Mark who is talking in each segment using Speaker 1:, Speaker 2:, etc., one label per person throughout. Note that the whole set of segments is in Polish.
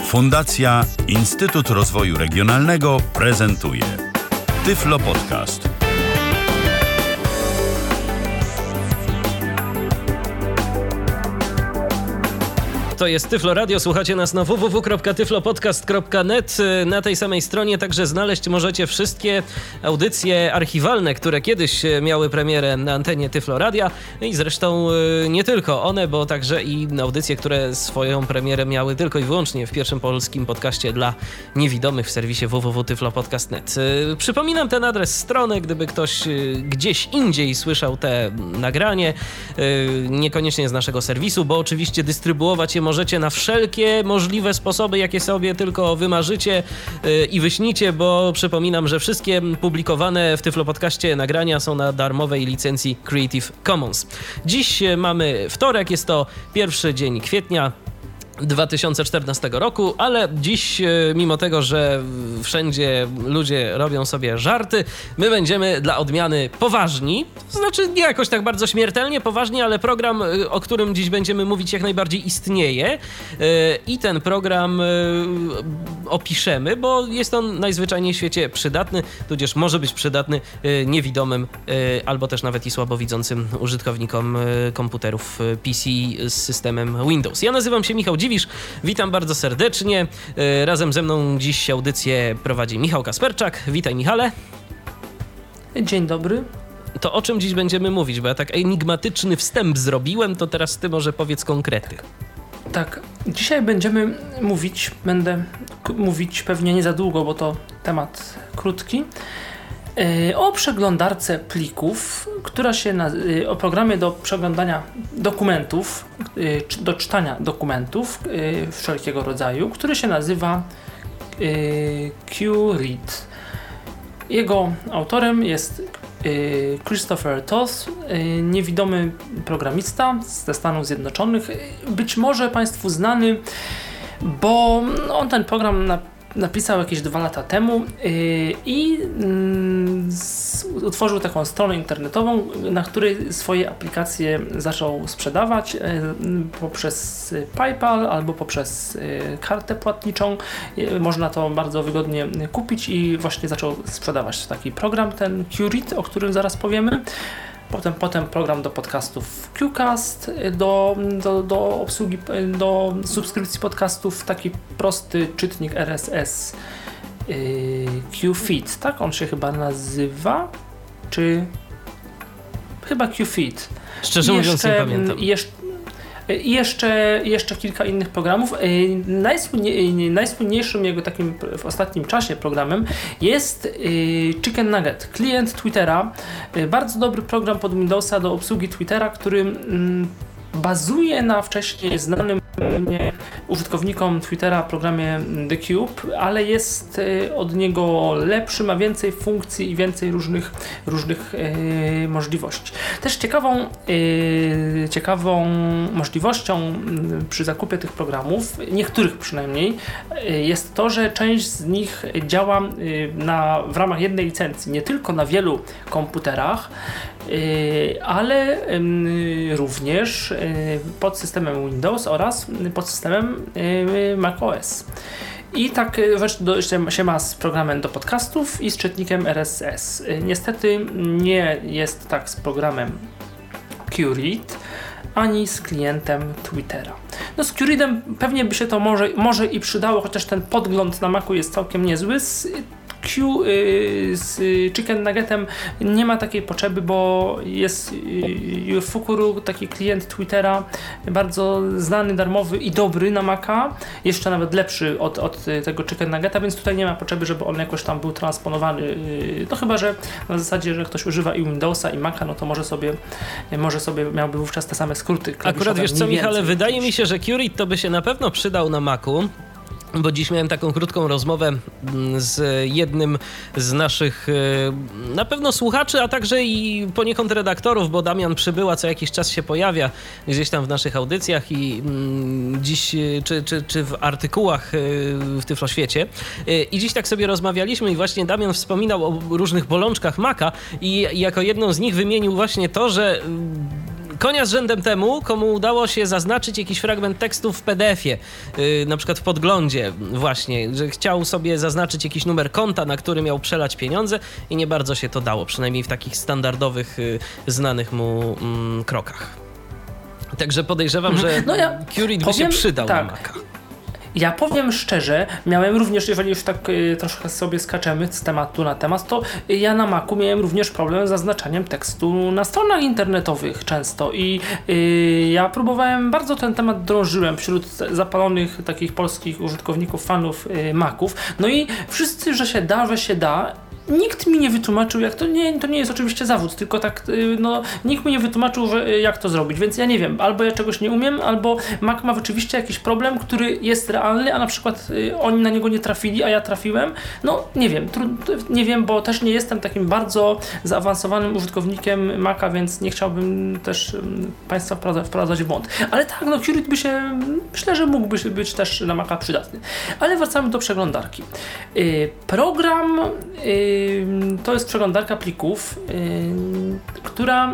Speaker 1: Fundacja Instytut Rozwoju Regionalnego prezentuje Tyflo Podcast.
Speaker 2: To jest Tyflo Radio, słuchacie nas na www.tyflopodcast.net. Na tej samej stronie także znaleźć możecie wszystkie audycje archiwalne, które kiedyś miały premierę na antenie Tyflo Radia i zresztą nie tylko one, bo także i audycje, które swoją premierę miały tylko i wyłącznie w pierwszym polskim podcaście dla niewidomych w serwisie www.tyflopodcast.net. Przypominam ten adres strony, gdyby ktoś gdzieś indziej słyszał te nagranie, niekoniecznie z naszego serwisu, bo oczywiście dystrybuować je możecie na wszelkie możliwe sposoby, jakie sobie tylko wymarzycie i wyśnicie, bo przypominam, że wszystkie publikowane w Tyflo Podcaście nagrania są na darmowej licencji Creative Commons. Dziś mamy wtorek, jest to pierwszy dzień kwietnia 2014 roku, ale dziś, mimo tego, że wszędzie ludzie robią sobie żarty, my będziemy dla odmiany poważni, to znaczy nie jakoś tak bardzo śmiertelnie poważni, ale program, o którym dziś będziemy mówić, jak najbardziej istnieje i ten program opiszemy, bo jest on najzwyczajniej w świecie przydatny, tudzież może być przydatny niewidomym albo też nawet i słabowidzącym użytkownikom komputerów PC z systemem Windows. Ja nazywam się Michał Dziwisz, witam bardzo serdecznie. Razem ze mną dziś audycję prowadzi Michał Kasperczak. Witaj, Michale.
Speaker 3: Dzień dobry.
Speaker 2: To o czym dziś będziemy mówić? Bo ja tak enigmatyczny wstęp zrobiłem, to teraz ty może powiedz konkrety.
Speaker 3: Tak, dzisiaj będę mówić pewnie nie za długo, bo to temat krótki, o przeglądarce plików, która się o programie do przeglądania dokumentów, do czytania dokumentów wszelkiego rodzaju, który się nazywa QRead. Jego autorem jest Christopher Toth, niewidomy programista ze Stanów Zjednoczonych, być może Państwu znany, bo on ten program napisał jakieś 2 lata temu i utworzył taką stronę internetową, na której swoje aplikacje zaczął sprzedawać poprzez PayPal albo poprzez kartę płatniczą. Można to bardzo wygodnie kupić i właśnie zaczął sprzedawać taki program, ten QRead, o którym zaraz powiemy. Potem program do podcastów Qcast, do obsługi, do subskrypcji podcastów, taki prosty czytnik RSS QFeed, tak on się chyba nazywa, czy chyba QFeed.
Speaker 2: Szczerze mówiąc nie pamiętam.
Speaker 3: I jeszcze kilka innych programów. Najsłynniejszym jego takim w ostatnim czasie programem jest Chicken Nugget, klient Twittera. Bardzo dobry program pod Windowsa do obsługi Twittera, który bazuje na wcześniej znanym użytkownikom Twittera programie The Cube, ale jest od niego lepszy, ma więcej funkcji i więcej różnych możliwości. Też ciekawą możliwością przy zakupie tych programów, niektórych przynajmniej, jest to, że część z nich działa w ramach jednej licencji, nie tylko na wielu komputerach, ale również pod systemem Windows oraz pod systemem macOS. I tak się ma z programem do podcastów i z czytnikiem RSS. Niestety nie jest tak z programem QRead, ani z klientem Twittera. No z QReadem pewnie by się to może i przydało, chociaż ten podgląd na Macu jest całkiem niezły. Z Chicken Nuggetem nie ma takiej potrzeby, bo jest Fukuru, taki klient Twittera, bardzo znany, darmowy i dobry na Maca, jeszcze nawet lepszy od tego Chicken Nuggeta, więc tutaj nie ma potrzeby, żeby on jakoś tam był transponowany, no chyba, że na zasadzie, że ktoś używa i Windowsa i Maca, no to może sobie miałby wówczas te same skróty klawiszowe.
Speaker 2: Akurat wiesz co, Michale, wydaje mi się, że QRead to by się na pewno przydał na Macu, bo dziś miałem taką krótką rozmowę z jednym z naszych na pewno słuchaczy, a także i poniekąd redaktorów, bo Damian Przybyła co jakiś czas się pojawia gdzieś tam w naszych audycjach i dziś czy w artykułach w Tyfloświecie. I dziś tak sobie rozmawialiśmy i właśnie Damian wspominał o różnych bolączkach Maca i jako jedną z nich wymienił właśnie to, że Konia z rzędem temu, komu udało się zaznaczyć jakiś fragment tekstu w PDF-ie, na przykład w podglądzie właśnie, że chciał sobie zaznaczyć jakiś numer konta, na który miał przelać pieniądze i nie bardzo się to dało, przynajmniej w takich standardowych, znanych mu krokach. Także podejrzewam, że Qread by się przydał na Maca.
Speaker 3: Ja powiem szczerze, miałem również, jeżeli już tak troszkę sobie skaczemy z tematu na temat, to ja na Macu miałem również problem z zaznaczaniem tekstu na stronach internetowych często i ja próbowałem, bardzo ten temat drążyłem wśród zapalonych takich polskich użytkowników, fanów Maców, no i wszyscy, że się da. Nikt mi nie wytłumaczył, jak to nie jest oczywiście zawód, tylko tak, nikt mi nie wytłumaczył, jak to zrobić, więc ja nie wiem, albo ja czegoś nie umiem, albo Mac ma rzeczywiście jakiś problem, który jest realny, a na przykład oni na niego nie trafili, a ja trafiłem, nie wiem, bo też nie jestem takim bardzo zaawansowanym użytkownikiem Maca, więc nie chciałbym też Państwa wprowadzać w błąd. Ale tak, Qread myślę, że mógłby być też na Maca przydatny. Ale wracamy do przeglądarki. Program to jest przeglądarka plików, która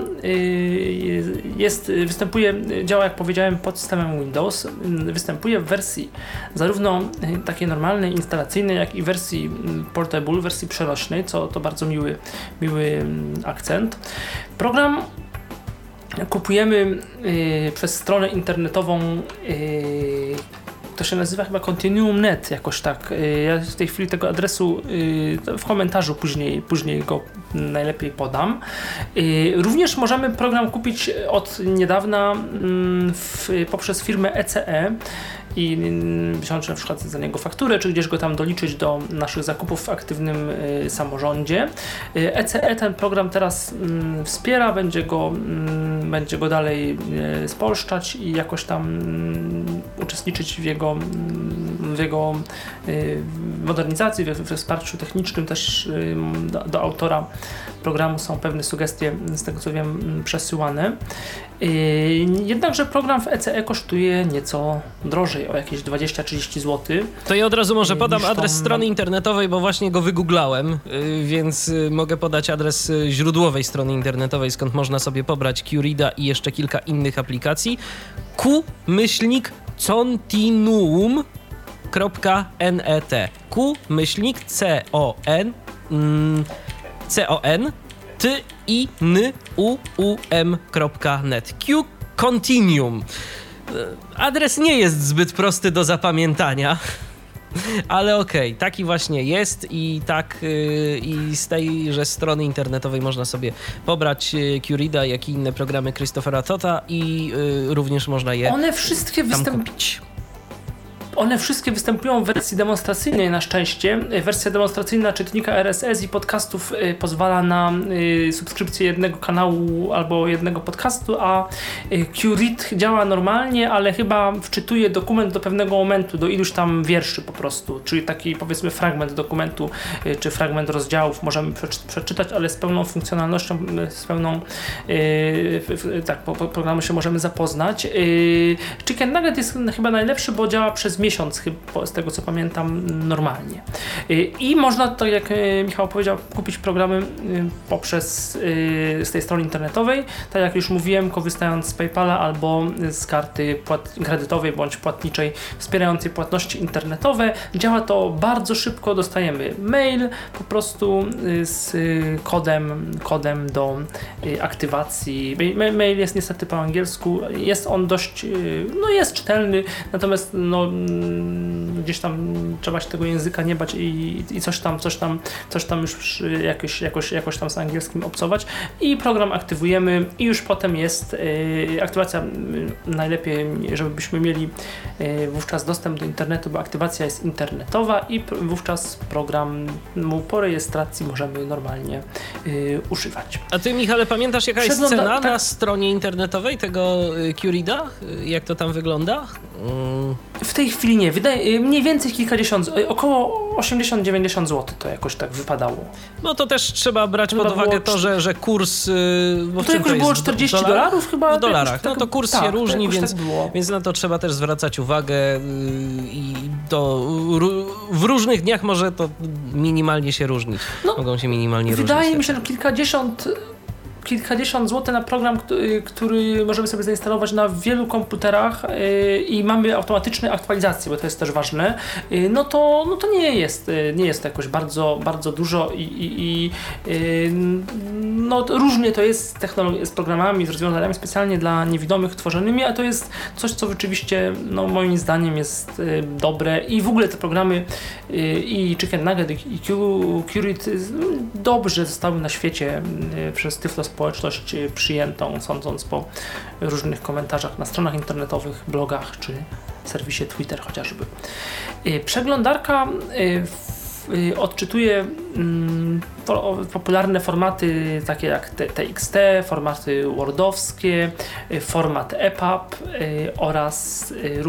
Speaker 3: działa, jak powiedziałem, pod systemem Windows. Występuje w wersji zarówno takiej normalnej, instalacyjnej, jak i wersji portable, wersji przenośnej, co to bardzo miły akcent. Program kupujemy przez stronę internetową, to się nazywa chyba Continuum.net jakoś tak. Ja w tej chwili tego adresu w komentarzu później go najlepiej podam. Również możemy program kupić od niedawna poprzez firmę ECE i wziąć na przykład za niego fakturę, czy gdzieś go tam doliczyć do naszych zakupów w aktywnym samorządzie. ECE ten program teraz wspiera, będzie go dalej spolszczać i jakoś tam uczestniczyć w jego modernizacji, we wsparciu technicznym. Też do autora programu są pewne sugestie, z tego co wiem, przesyłane. Jednakże program w ECE kosztuje nieco drożej, o jakieś 20-30 zł.
Speaker 2: To ja od razu może podam adres strony internetowej, bo właśnie go wygooglałem, więc mogę podać adres źródłowej strony internetowej, skąd można sobie pobrać Qreada i jeszcze kilka innych aplikacji. q-continuum.net q-continuum.net Q Continuum. Adres nie jest zbyt prosty do zapamiętania, ale okej, taki właśnie jest i z tejże strony internetowej można sobie pobrać Qreada, jak i inne programy Christophera Tota i również można je tam kupić.
Speaker 3: One wszystkie występują w wersji demonstracyjnej na szczęście. Wersja demonstracyjna czytnika RSS i podcastów pozwala na subskrypcję jednego kanału albo jednego podcastu, a Qread działa normalnie, ale chyba wczytuje dokument do pewnego momentu, do iluś tam wierszy po prostu, czyli taki powiedzmy fragment dokumentu, czy fragment rozdziałów możemy przeczytać, ale z pełną funkcjonalnością, z pełną po programu się możemy zapoznać. Chicken Nugget jest chyba najlepszy, bo działa przez miesiąc, z tego co pamiętam, normalnie. I można, tak jak Michał powiedział, kupić programy z tej strony internetowej, tak jak już mówiłem, korzystając z PayPala albo z karty kredytowej bądź płatniczej wspierającej płatności internetowe. Działa to bardzo szybko, dostajemy mail po prostu z kodem do aktywacji. Mail jest niestety po angielsku, jest on dość, jest czytelny, natomiast gdzieś tam trzeba się tego języka nie bać i coś tam już jakoś tam z angielskim obcować i program aktywujemy i już potem jest aktywacja, najlepiej żebyśmy mieli wówczas dostęp do internetu, bo aktywacja jest internetowa i wówczas program po rejestracji możemy normalnie używać.
Speaker 2: A ty, Michale, pamiętasz jaka jest cena na stronie internetowej tego Qreada? Jak to tam wygląda?
Speaker 3: W tej chwili nie. Mniej więcej kilkadziesiąt, około 80-90 zł to jakoś tak wypadało.
Speaker 2: No to też trzeba brać pod uwagę to, że kurs...
Speaker 3: to jakoś było $40 chyba?
Speaker 2: W dolarach.
Speaker 3: Tak,
Speaker 2: no to kurs się różni, więc na to trzeba też zwracać uwagę i to w różnych dniach może to minimalnie się różnić. Mogą się minimalnie różnić.
Speaker 3: Wydaje mi się, że kilkadziesiąt złotych na program, który możemy sobie zainstalować na wielu komputerach i mamy automatyczne aktualizacje, bo to jest też ważne, no to nie jest to jakoś bardzo dużo i no różnie to jest z programami, z rozwiązaniami specjalnie dla niewidomych tworzonymi, a to jest coś, co rzeczywiście no, moim zdaniem jest dobre i w ogóle te programy i Chicken Nugget i Curit dobrze zostały na świecie przez Tyflo społeczność przyjętą, sądząc po różnych komentarzach na stronach internetowych, blogach czy serwisie Twitter chociażby. Przeglądarka odczytuje popularne formaty takie jak TXT, formaty wordowskie, format EPUB oraz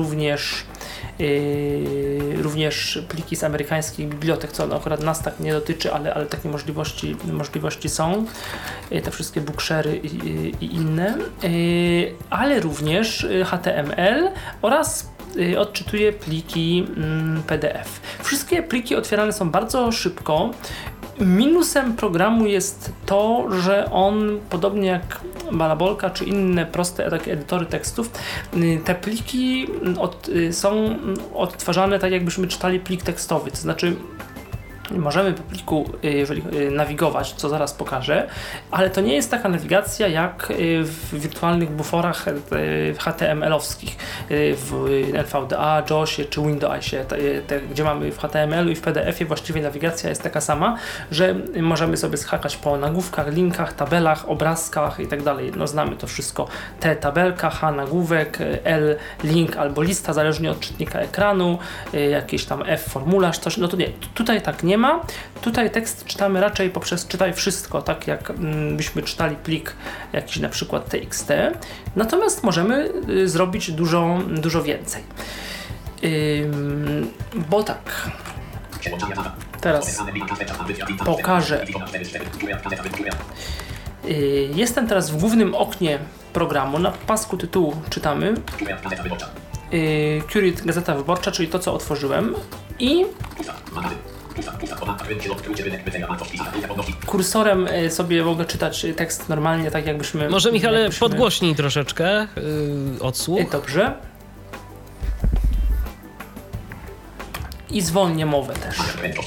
Speaker 3: również pliki z amerykańskich bibliotek, co akurat nas tak nie dotyczy, ale takie możliwości są, te wszystkie bookshare'y i inne, ale również HTML oraz odczytuje pliki PDF. Wszystkie pliki otwierane są bardzo szybko. Minusem programu jest to, że on, podobnie jak Balabolka czy inne proste takie edytory tekstów, te pliki są odtwarzane tak, jakbyśmy czytali plik tekstowy, to znaczy możemy po pliku nawigować, co zaraz pokażę, ale to nie jest taka nawigacja jak w wirtualnych buforach HTML-owskich, w NVDA, JOSie czy Windowsie, gdzie mamy w HTML-u i w PDF-ie właściwie nawigacja jest taka sama, że możemy sobie skakać po nagłówkach, linkach, tabelach, obrazkach i tak dalej. No znamy to wszystko. T tabelka, H nagłówek, L link albo lista, zależnie od czytnika ekranu, jakiś tam F formularz, coś. No to nie, tutaj tak nie ma. Tutaj tekst czytamy raczej poprzez czytaj wszystko, tak jak byśmy czytali plik jakiś na przykład TXT. Natomiast możemy zrobić dużo więcej. Bo tak. Teraz pokażę. Jestem teraz w głównym oknie programu. Na pasku tytułu czytamy Curit Gazeta Wyborcza, czyli to, co otworzyłem. I kursorem sobie mogę czytać tekst normalnie, tak jakbyśmy...
Speaker 2: Może Michale, podgłośnij troszeczkę odsłuch.
Speaker 3: Dobrze. I zwolnię mowę też.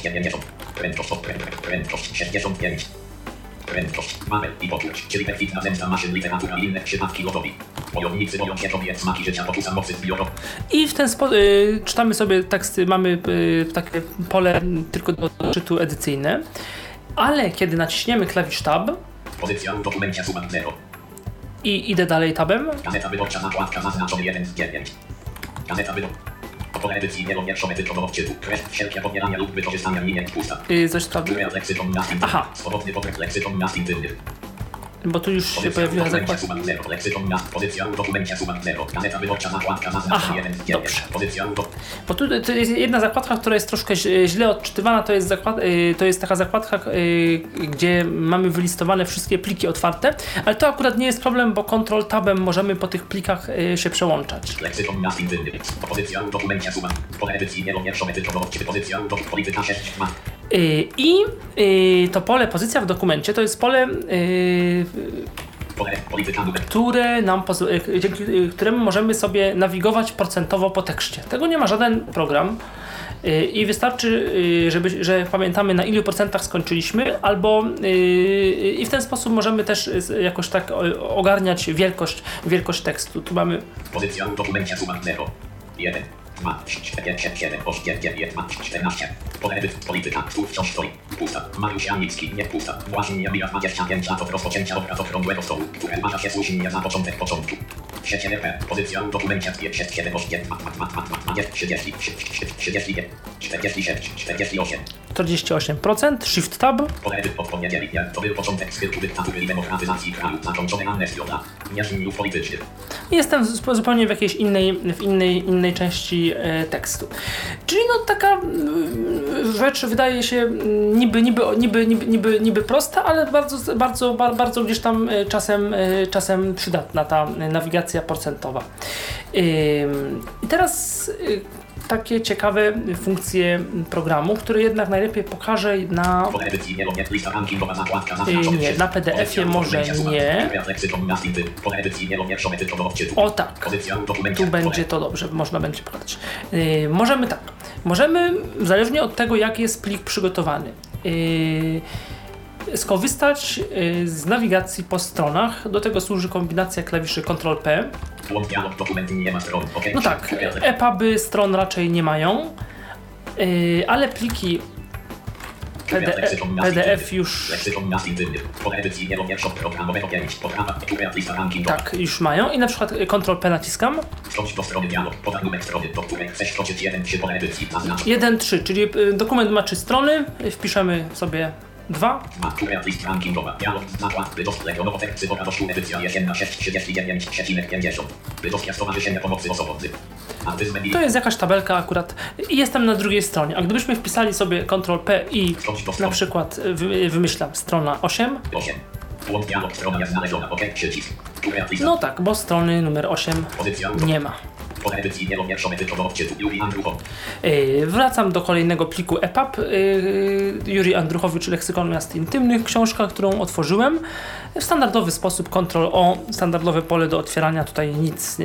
Speaker 4: Prędkość, mamy i poczuć, czyli perfid narzędzia maszyn, literatura i inne przypadki gotowi. Wojownicy boją się kobiet, smaki życia, poczucia mocy zbiorowej.
Speaker 3: I w ten sposób czytamy sobie teksty, mamy takie pole tylko do czytu edycyjne, ale kiedy naciśniemy klawisz Tab
Speaker 4: pozycja w dokumencie sumak 0
Speaker 3: i idę dalej tabem.
Speaker 4: Gazeta wyborcza, zakładka zaznaczony 1 z 9. Gazeta wyborcza. Pole edycji wielowierszowe typowo odczytu. Treść wszelkie pobierania lub wykorzystania linii pusta.
Speaker 3: Coś sprawdzę.
Speaker 4: Leksykon miast intymnych.
Speaker 3: Aha.
Speaker 4: Swobodny pokręt leksykon miast intymnych.
Speaker 3: Bo tu już się pojawiła zakładka.
Speaker 4: Leksykon miast, pozycja w dokumencie sumak 0. Gazeta wyborcza, zakładka zaznaczona 1 z 9. Pozycja
Speaker 3: bo tu to jest jedna zakładka, która jest troszkę źle odczytywana, to jest taka zakładka, gdzie mamy wylistowane wszystkie pliki otwarte, ale to akurat nie jest problem, bo Ctrl Tabem możemy po tych plikach się przełączać.
Speaker 4: Leksykon miast intymnych. Pozycja w dokumencie sumak. Pole edycji wielowierszowe typowo odczytu. Pozycja w polityka 6 ma.
Speaker 3: I to pole pozycja w dokumencie to jest pole, które nam dzięki któremu możemy sobie nawigować procentowo po tekście. Tego nie ma żaden program i wystarczy, że pamiętamy, na ilu procentach skończyliśmy, albo i w ten sposób możemy też jakoś tak ogarniać wielkość tekstu. Tu mamy
Speaker 4: pozycja w dokumencie sumak 0 1 2 4 7 8 9 14. Pole edycji, polityka, słów wciąż stoi. Pusta. Mariusz Janicki, nie pusta. Właśnie Jamila 25 lat od rozpoczęcia obrad okrągłego stołu, które uważa się słusznie za początek początku. Sieć RP, pozycja w dokumencie 7 8 30 46 48.
Speaker 3: 48%, Shift Tab.
Speaker 4: Pole edycji od poniedzieli, to był początek skryptu dyktatury i demokratyzacji kraju, zakończony amnestią dla więźniów politycznych.
Speaker 3: Jestem zupełnie w jakiejś innej części tekstu. Czyli no taka rzecz wydaje się niby prosta, ale bardzo gdzieś tam czasem przydatna ta nawigacja procentowa. I teraz takie ciekawe funkcje programu, które jednak najlepiej pokażę na... Nie, na PDF-ie może nie. O tak, tu będzie to dobrze, można będzie pokazać. Możemy, zależnie od tego, jak jest plik przygotowany, skorzystać z nawigacji po stronach. Do tego służy kombinacja klawiszy Ctrl+P. No tak, EPUBy stron raczej nie mają, ale pliki PDF już... Tak, już mają i na przykład Ctrl+P naciskam. 1.3, czyli dokument ma 3 strony, wpiszemy sobie 2. To jest jakaś tabelka akurat i jestem na drugiej stronie, a gdybyśmy wpisali sobie Ctrl+P i na przykład wymyślam strona 8. No tak, bo strony numer 8 nie ma. Wracam do kolejnego pliku EPUB. Jurij Andruchowicz, Leksykon Miast Intymnych, książka, którą otworzyłem. W standardowy sposób Ctrl+O, standardowe pole do otwierania, tutaj nic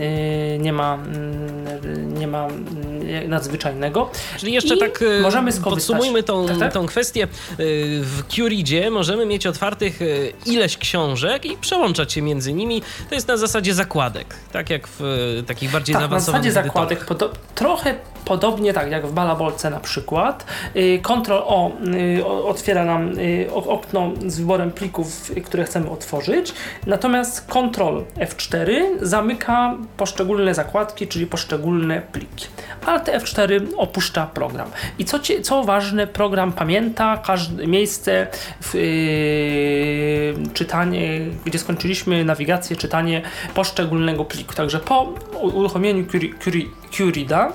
Speaker 3: nie ma nadzwyczajnego.
Speaker 2: Czyli jeszcze
Speaker 3: możemy
Speaker 2: podsumujmy tą kwestię. W QReadzie możemy mieć otwartych ileś książek i przełączać się między nimi. To jest na zasadzie zakładek, tak jak w takich bardziej zaawansowanych
Speaker 3: na zasadzie zakładek, trochę podobnie tak jak w Balabolce na przykład. Ctrl+O otwiera nam okno z wyborem plików, które chcemy otworzyć, natomiast Ctrl+F4 zamyka poszczególne zakładki, czyli poszczególne pliki. Alt F4 opuszcza program. I co ważne, program pamięta każde miejsce w czytanie, gdzie skończyliśmy nawigację, czytanie poszczególnego pliku. Także po uruchomieniu QReada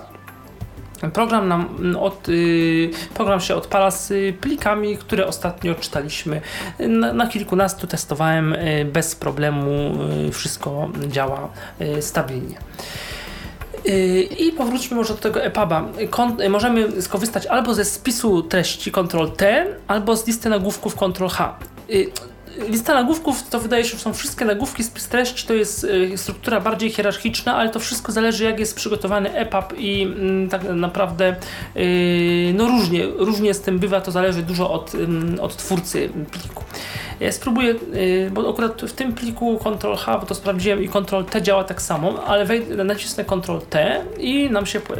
Speaker 3: program się odpala z plikami, które ostatnio czytaliśmy. Na kilkunastu testowałem bez problemu, wszystko działa stabilnie. I powróćmy może do tego EPUBa. Możemy skorzystać albo ze spisu treści Ctrl+T, albo z listy nagłówków Ctrl+H. Lista nagłówków to wydaje się, że są wszystkie nagłówki, spis treści to jest struktura bardziej hierarchiczna, ale to wszystko zależy, jak jest przygotowany EPUB i tak naprawdę różnie z tym bywa, to zależy dużo od twórcy pliku. Ja spróbuję, bo akurat w tym pliku Ctrl+H, bo to sprawdziłem, i Ctrl+T działa tak samo, ale nacisnę Ctrl+T i nam się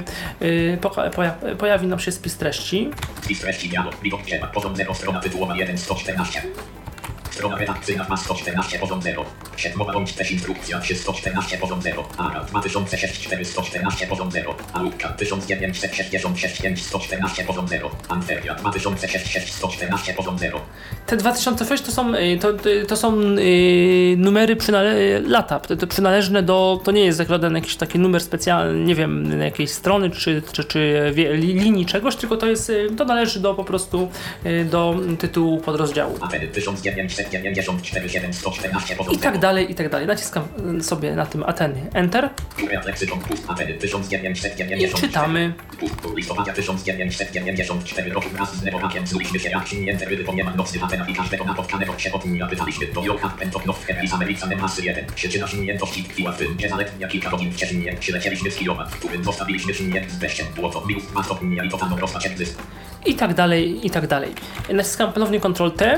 Speaker 3: pojawi nam się spis treści.
Speaker 4: Spis treści dialog, poziom 0, strona tytułowa 1 114. Strona redakcyjna ma 114 poziom 0. Siedmowa bądź też instrukcja się 114 poziom 0. Ara 2064 114 poziom 0. Alubka 1966 114 poziom 0. Anferia 2066 114 poziom 0.
Speaker 3: Te 2006 to są numery lata. To przynależne do, to nie jest zakładany jakiś taki numer specjalny, nie wiem, jakiejś strony czy linii czegoś, tylko to należy do po prostu do tytułu podrozdziału. I tak dalej, i tak dalej. Naciskam sobie na tym Ateny Enter. I czytamy.
Speaker 4: Listopada 1994 roku wraz z Neborakiem znuliśmy się jak przyjęte ryby poniemal nocny Atena i każdego napotkanego przewodnia pytaliśmy do Jorka Pentoknow Hebris America Nemasy 1. Przyczyna przyjętości tkwiła w tym, że zaledwie kilka godzin wcześniej przylecieliśmy z Kijowa, w którym zostawiliśmy przyjęt z deszczem. Było to minus 2 stopnie i to tam rozpaczek zysk.
Speaker 3: I tak dalej, i tak dalej. Naciskam ponownie Ctrl+T.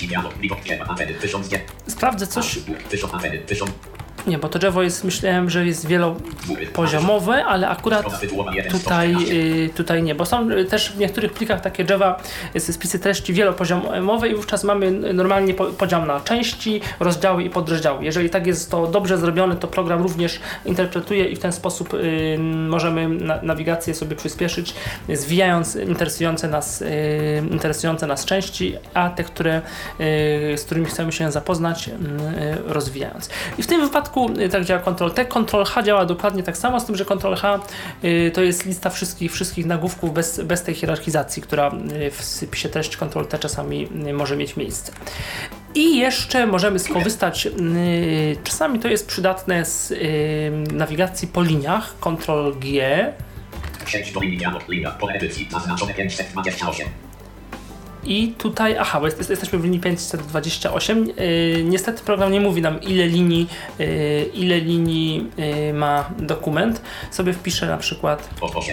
Speaker 3: Sprawdzę coś. Nie, bo to drzewo jest, myślałem, że jest wielopoziomowe, ale akurat tutaj nie, bo są też w niektórych plikach takie drzewa, spisy treści wielopoziomowe i wówczas mamy normalnie podział na części, rozdziały i podrozdziały. Jeżeli tak jest to dobrze zrobione, to program również interpretuje i w ten sposób możemy nawigację sobie przyspieszyć, zwijając interesujące nas części, a te, z którymi chcemy się zapoznać, rozwijając. I w tym wypadku tak działa Ctrl+T, Ctrl+H działa dokładnie tak samo, z tym, że Ctrl+H to jest lista wszystkich nagłówków bez tej hierarchizacji, która w spisie treści Ctrl+T czasami może mieć miejsce. I jeszcze możemy skorzystać, czasami to jest przydatne z nawigacji po liniach, Ctrl+G.
Speaker 4: Przejdź do linii dialog, linia, pole edycji, zaznaczone 528.
Speaker 3: I tutaj, bo jesteśmy w linii 528. Niestety program nie mówi nam ile linii ma dokument. Sobie wpiszę na przykład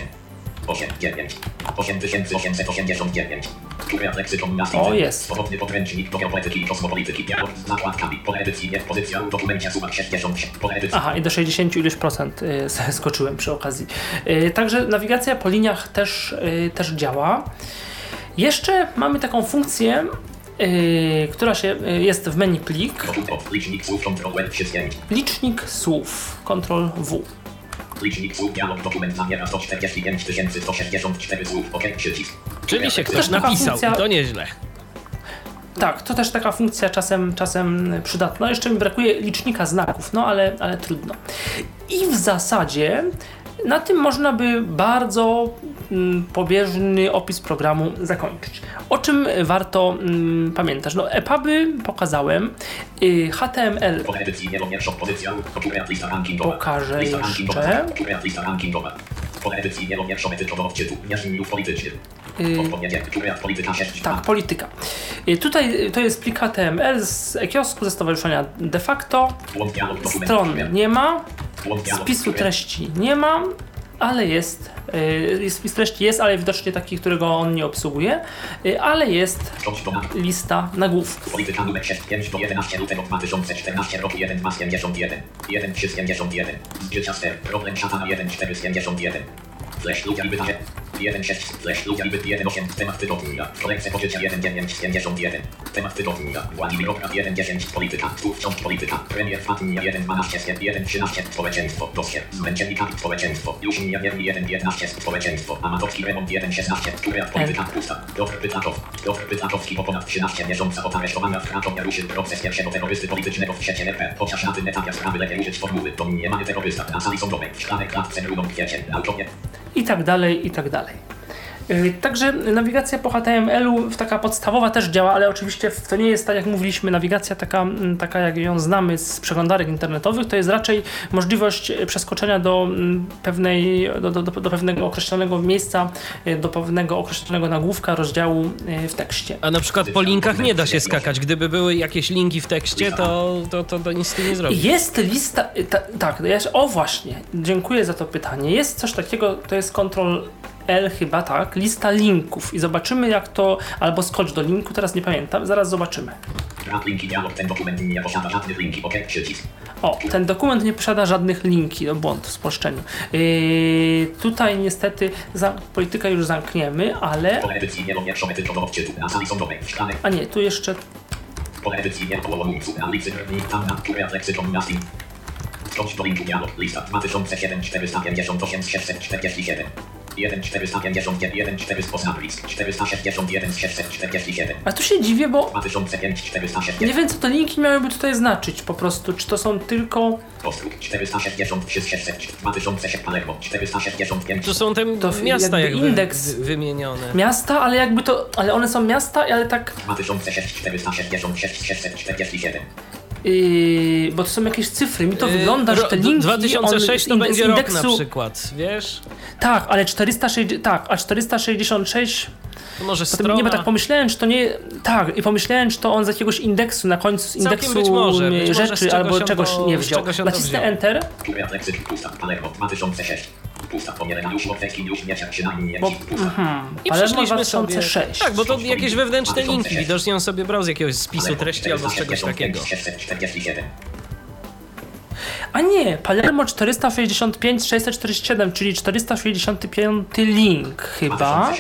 Speaker 4: 8889.
Speaker 3: O, jest.
Speaker 4: Swobodny podręcznik do geopolityki i kosmopolityki. Dialog z nakładkami. Pole edycji, nie pozycja, dokumencie sumak 60. Pole edycji.
Speaker 3: I do 60 ileś procent skoczyłem przy okazji. Także nawigacja po liniach też działa. Jeszcze mamy taką funkcję, która jest w menu plik.
Speaker 4: Licznik słów, Ctrl-W, wszystkie.
Speaker 3: Licznik słów, Ctrl-W.
Speaker 4: Licznik słów, dialog, dokument zawiera 145 164 słów. OK, przycisk.
Speaker 2: Czyli się ktoś
Speaker 3: też taka
Speaker 2: napisał,
Speaker 3: funkcja-
Speaker 2: to nieźle.
Speaker 3: Tak, to też taka funkcja czasem przydatna. Jeszcze mi brakuje licznika znaków, ale trudno. I w zasadzie na tym można by bardzo pobieżny opis programu zakończyć. O czym warto pamiętać? EPUBy pokazałem, HTML pokażę jeszcze.
Speaker 4: Pole edycji wielowierszowe tytułowo odczytu, mierzników politycznych. Polityka 6.
Speaker 3: Tak, polityka. Tutaj to jest plik HTML z e-kiosku, ze stowarzyszenia de facto. Stron nie ma, spisu treści nie ma, ale jest spis treści jest, ale widocznie taki, którego on nie obsługuje, ale jest lista nagłówków.
Speaker 4: Polityka numer 6, 5 do 11 lutego 2014 roku 1,271, 1,371, Życiaster, problem szatana 1,471, Flash ludzie i wydarzenia, 1,6, Flash ludzie i 1,8, temat tygodnia, kolekcja pożycia 1,971, temat tygodnia, Władimir 1,10, polityka, tu wciąż polityka, premier Fatnia 1,12, 1,13, społeczeństwo, dossier, zmęczeni kapit, społeczeństwo, już inżynierni 1,15, społeczeństwo, amatorski remont 1,16, polityka, pusta, Piotr Pytlaczowski po ponad 13 miesiącach od aresztowania w Krakowie ruszył proces pierwszego terrorysty politycznego w świecie RP, chociaż na tym etapie sprawy lepiej użyć formuły, to nie mamy terrorysta na sali sądowej, w szklanej klatce rudą kwiecie, autowie.
Speaker 3: I tak dalej, i tak dalej. Także nawigacja po HTML-u taka podstawowa też działa, ale oczywiście to nie jest tak jak mówiliśmy, nawigacja taka jak ją znamy z przeglądarek internetowych, to jest raczej możliwość przeskoczenia do pewnego określonego miejsca, do pewnego określonego nagłówka, rozdziału w tekście.
Speaker 2: A na przykład po linkach nie da się skakać. Gdyby były jakieś linki w tekście, to nic z tym nie zrobi.
Speaker 3: Jest lista, właśnie, dziękuję za to pytanie. Jest coś takiego, to jest Ctrl-L chyba, tak, lista linków i zobaczymy jak to, albo skocz do linku, teraz nie pamiętam, zaraz zobaczymy.
Speaker 4: Linki, dialog, ten dokument nie posiada żadnych linki, OK, przycisk.
Speaker 3: Ten dokument nie posiada żadnych linki, błąd w spolszczeniu. Tutaj niestety politykę już zamkniemy, ale...
Speaker 4: Pole edycji wielowierszowe tytułowo odczytu, na sali sądowej, w szklanej...
Speaker 3: A nie, tu jeszcze...
Speaker 4: Pole edycji wielowierszowe na licy, tam na leksykon na sim. Skocz do linku, dialog, lista 2007 458 647. 1,451, 1,400 list, 461, 647.
Speaker 3: A tu się dziwię, bo
Speaker 4: 2005, 407.
Speaker 3: nie wiem co te linki miałyby tutaj znaczyć po prostu, czy to są tylko...
Speaker 4: Postróg 463, 2007, Palermo, 465.
Speaker 2: To są te miasta jakby
Speaker 3: indeks
Speaker 2: wymienione.
Speaker 3: Miasta, ale one są miasta, ale tak...
Speaker 4: 2006, 466, 647.
Speaker 3: Bo to są jakieś cyfry, mi to wygląda, że te linki...
Speaker 2: 2006 to będzie
Speaker 3: indeksu,
Speaker 2: rok na przykład, wiesz?
Speaker 3: Tak, ale 466...
Speaker 2: To może strona...
Speaker 3: Nie, bo tak pomyślałem, czy to nie... Tak, i pomyślałem, czy to on z jakiegoś indeksu, na końcu z indeksu
Speaker 2: być może
Speaker 3: rzeczy, albo czegoś nie wziął. Nacisnę Enter.
Speaker 4: Palermo, 2006. Pusta, pomierena już Łotewski, już Mieciak, przynajmniej
Speaker 2: I
Speaker 3: Palermo
Speaker 2: przeszliśmy
Speaker 3: 2006.
Speaker 2: sobie... Tak, bo to jakieś wewnętrzne linki, widocznie on sobie brał z jakiegoś spisu treści albo z czegoś takiego.
Speaker 3: A nie, Palermo 465 647, czyli 465 link chyba.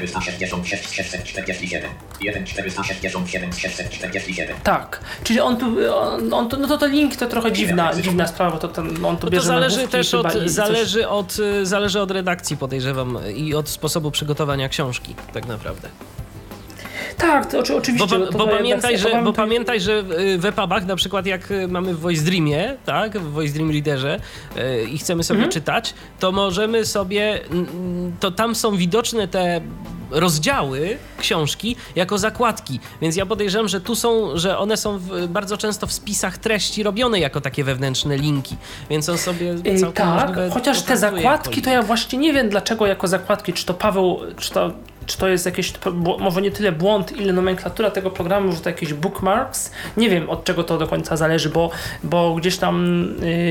Speaker 4: 467,
Speaker 3: Tak, czyli on tu, no to link to trochę dziwna sprawa, to on tu bierze
Speaker 2: zależy też zależy od redakcji, podejrzewam, i od sposobu przygotowania książki, tak naprawdę.
Speaker 3: Tak, to oczywiście.
Speaker 2: Bo pamiętaj, że w EPUBach, na przykład jak mamy w Voice Dreamie, tak, w Voice Dream Readerze i chcemy sobie czytać, to możemy sobie, to tam są widoczne te rozdziały książki jako zakładki, więc ja podejrzewam, że one są bardzo często w spisach treści robione jako takie wewnętrzne linki, więc on sobie całkiem
Speaker 3: tak, chociaż te zakładki to ja właśnie nie wiem dlaczego jako zakładki, czy to Paweł, czy to jest jakiś, może nie tyle błąd, ile nomenklatura tego programu, że to jakieś bookmarks. Nie wiem, od czego to do końca zależy, bo gdzieś tam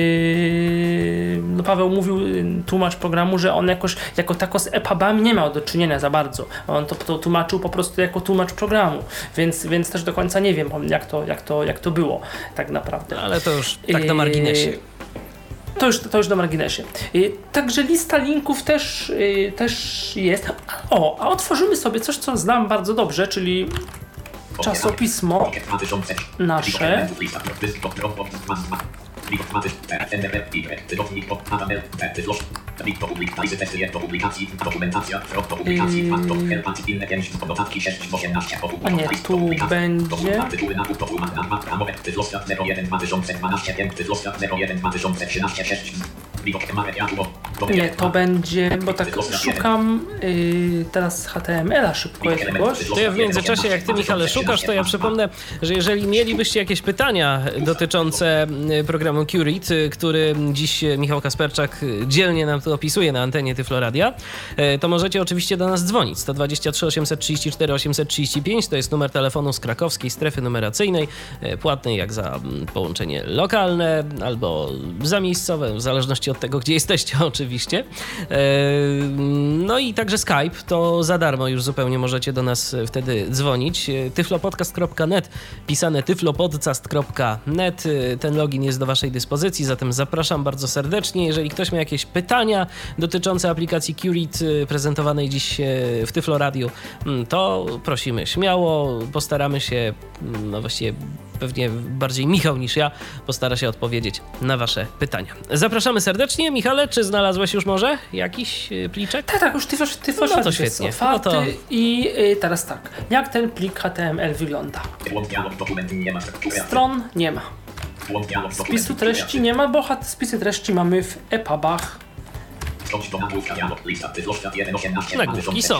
Speaker 3: Paweł mówił, tłumacz programu, że on jakoś jako tako z EPUBami nie miał do czynienia za bardzo. On to tłumaczył po prostu jako tłumacz programu, więc też do końca nie wiem, jak to było tak naprawdę.
Speaker 2: Ale to już tak na marginesie.
Speaker 3: To już na marginesie. Także lista linków też jest. A otworzymy sobie coś, co znam bardzo dobrze, czyli czasopismo nasze. A nie, tu będzie... Nie, to będzie, bo tak szukam teraz HTML-a szybko jakiegoś.
Speaker 2: To ja w międzyczasie, jak ty, Michale, szukasz, to ja przypomnę, że jeżeli mielibyście jakieś pytania dotyczące programu Curit, który dziś Michał Kasperczak dzielnie nam tu opisuje na antenie Tyflo Radia, to możecie oczywiście do nas dzwonić. 123 834 835 to jest numer telefonu z krakowskiej strefy numeracyjnej, płatnej jak za połączenie lokalne albo zamiejscowe, w zależności od tego, gdzie jesteście oczywiście. No i także Skype, to za darmo już zupełnie możecie do nas wtedy dzwonić. tyflopodcast.net, pisane tyflopodcast.net, ten login jest do waszej dyspozycji, zatem zapraszam bardzo serdecznie. Jeżeli ktoś ma jakieś pytania dotyczące aplikacji Curit prezentowanej dziś w Tyflo Radio, to prosimy śmiało, postaramy się, no właściwie pewnie bardziej Michał niż ja, postara się odpowiedzieć na wasze pytania. Zapraszamy serdecznie. Michale, czy znalazłeś już może jakiś pliczek?
Speaker 3: Tak, już ty
Speaker 2: no to świetnie.
Speaker 3: No to... I teraz tak, jak ten plik HTML wygląda? Stron nie ma. Spisu treści nie ma, bo spisy treści mamy w EPUBach.
Speaker 2: Nagłówki są.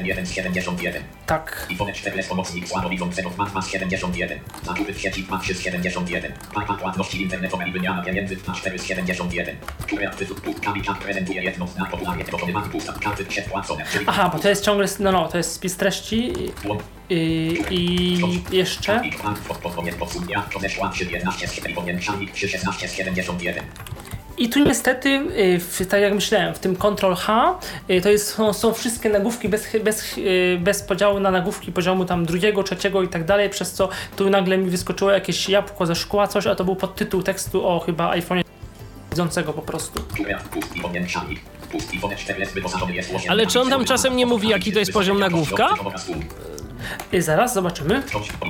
Speaker 3: Tak. Aha, bo to jest ciągle, to jest spis treści i jeszcze... I tu niestety, tak jak myślałem, w tym Ctrl-H są wszystkie nagłówki bez podziału na nagłówki poziomu tam drugiego, trzeciego i tak dalej, przez co tu nagle mi wyskoczyło jakieś jabłko ze szkła, coś, a to był podtytuł tekstu o chyba iPhone'ie widzącego po prostu.
Speaker 2: Ale czy on tam czasem nie mówi, jaki to jest poziom nagłówka?
Speaker 3: Zaraz zobaczymy.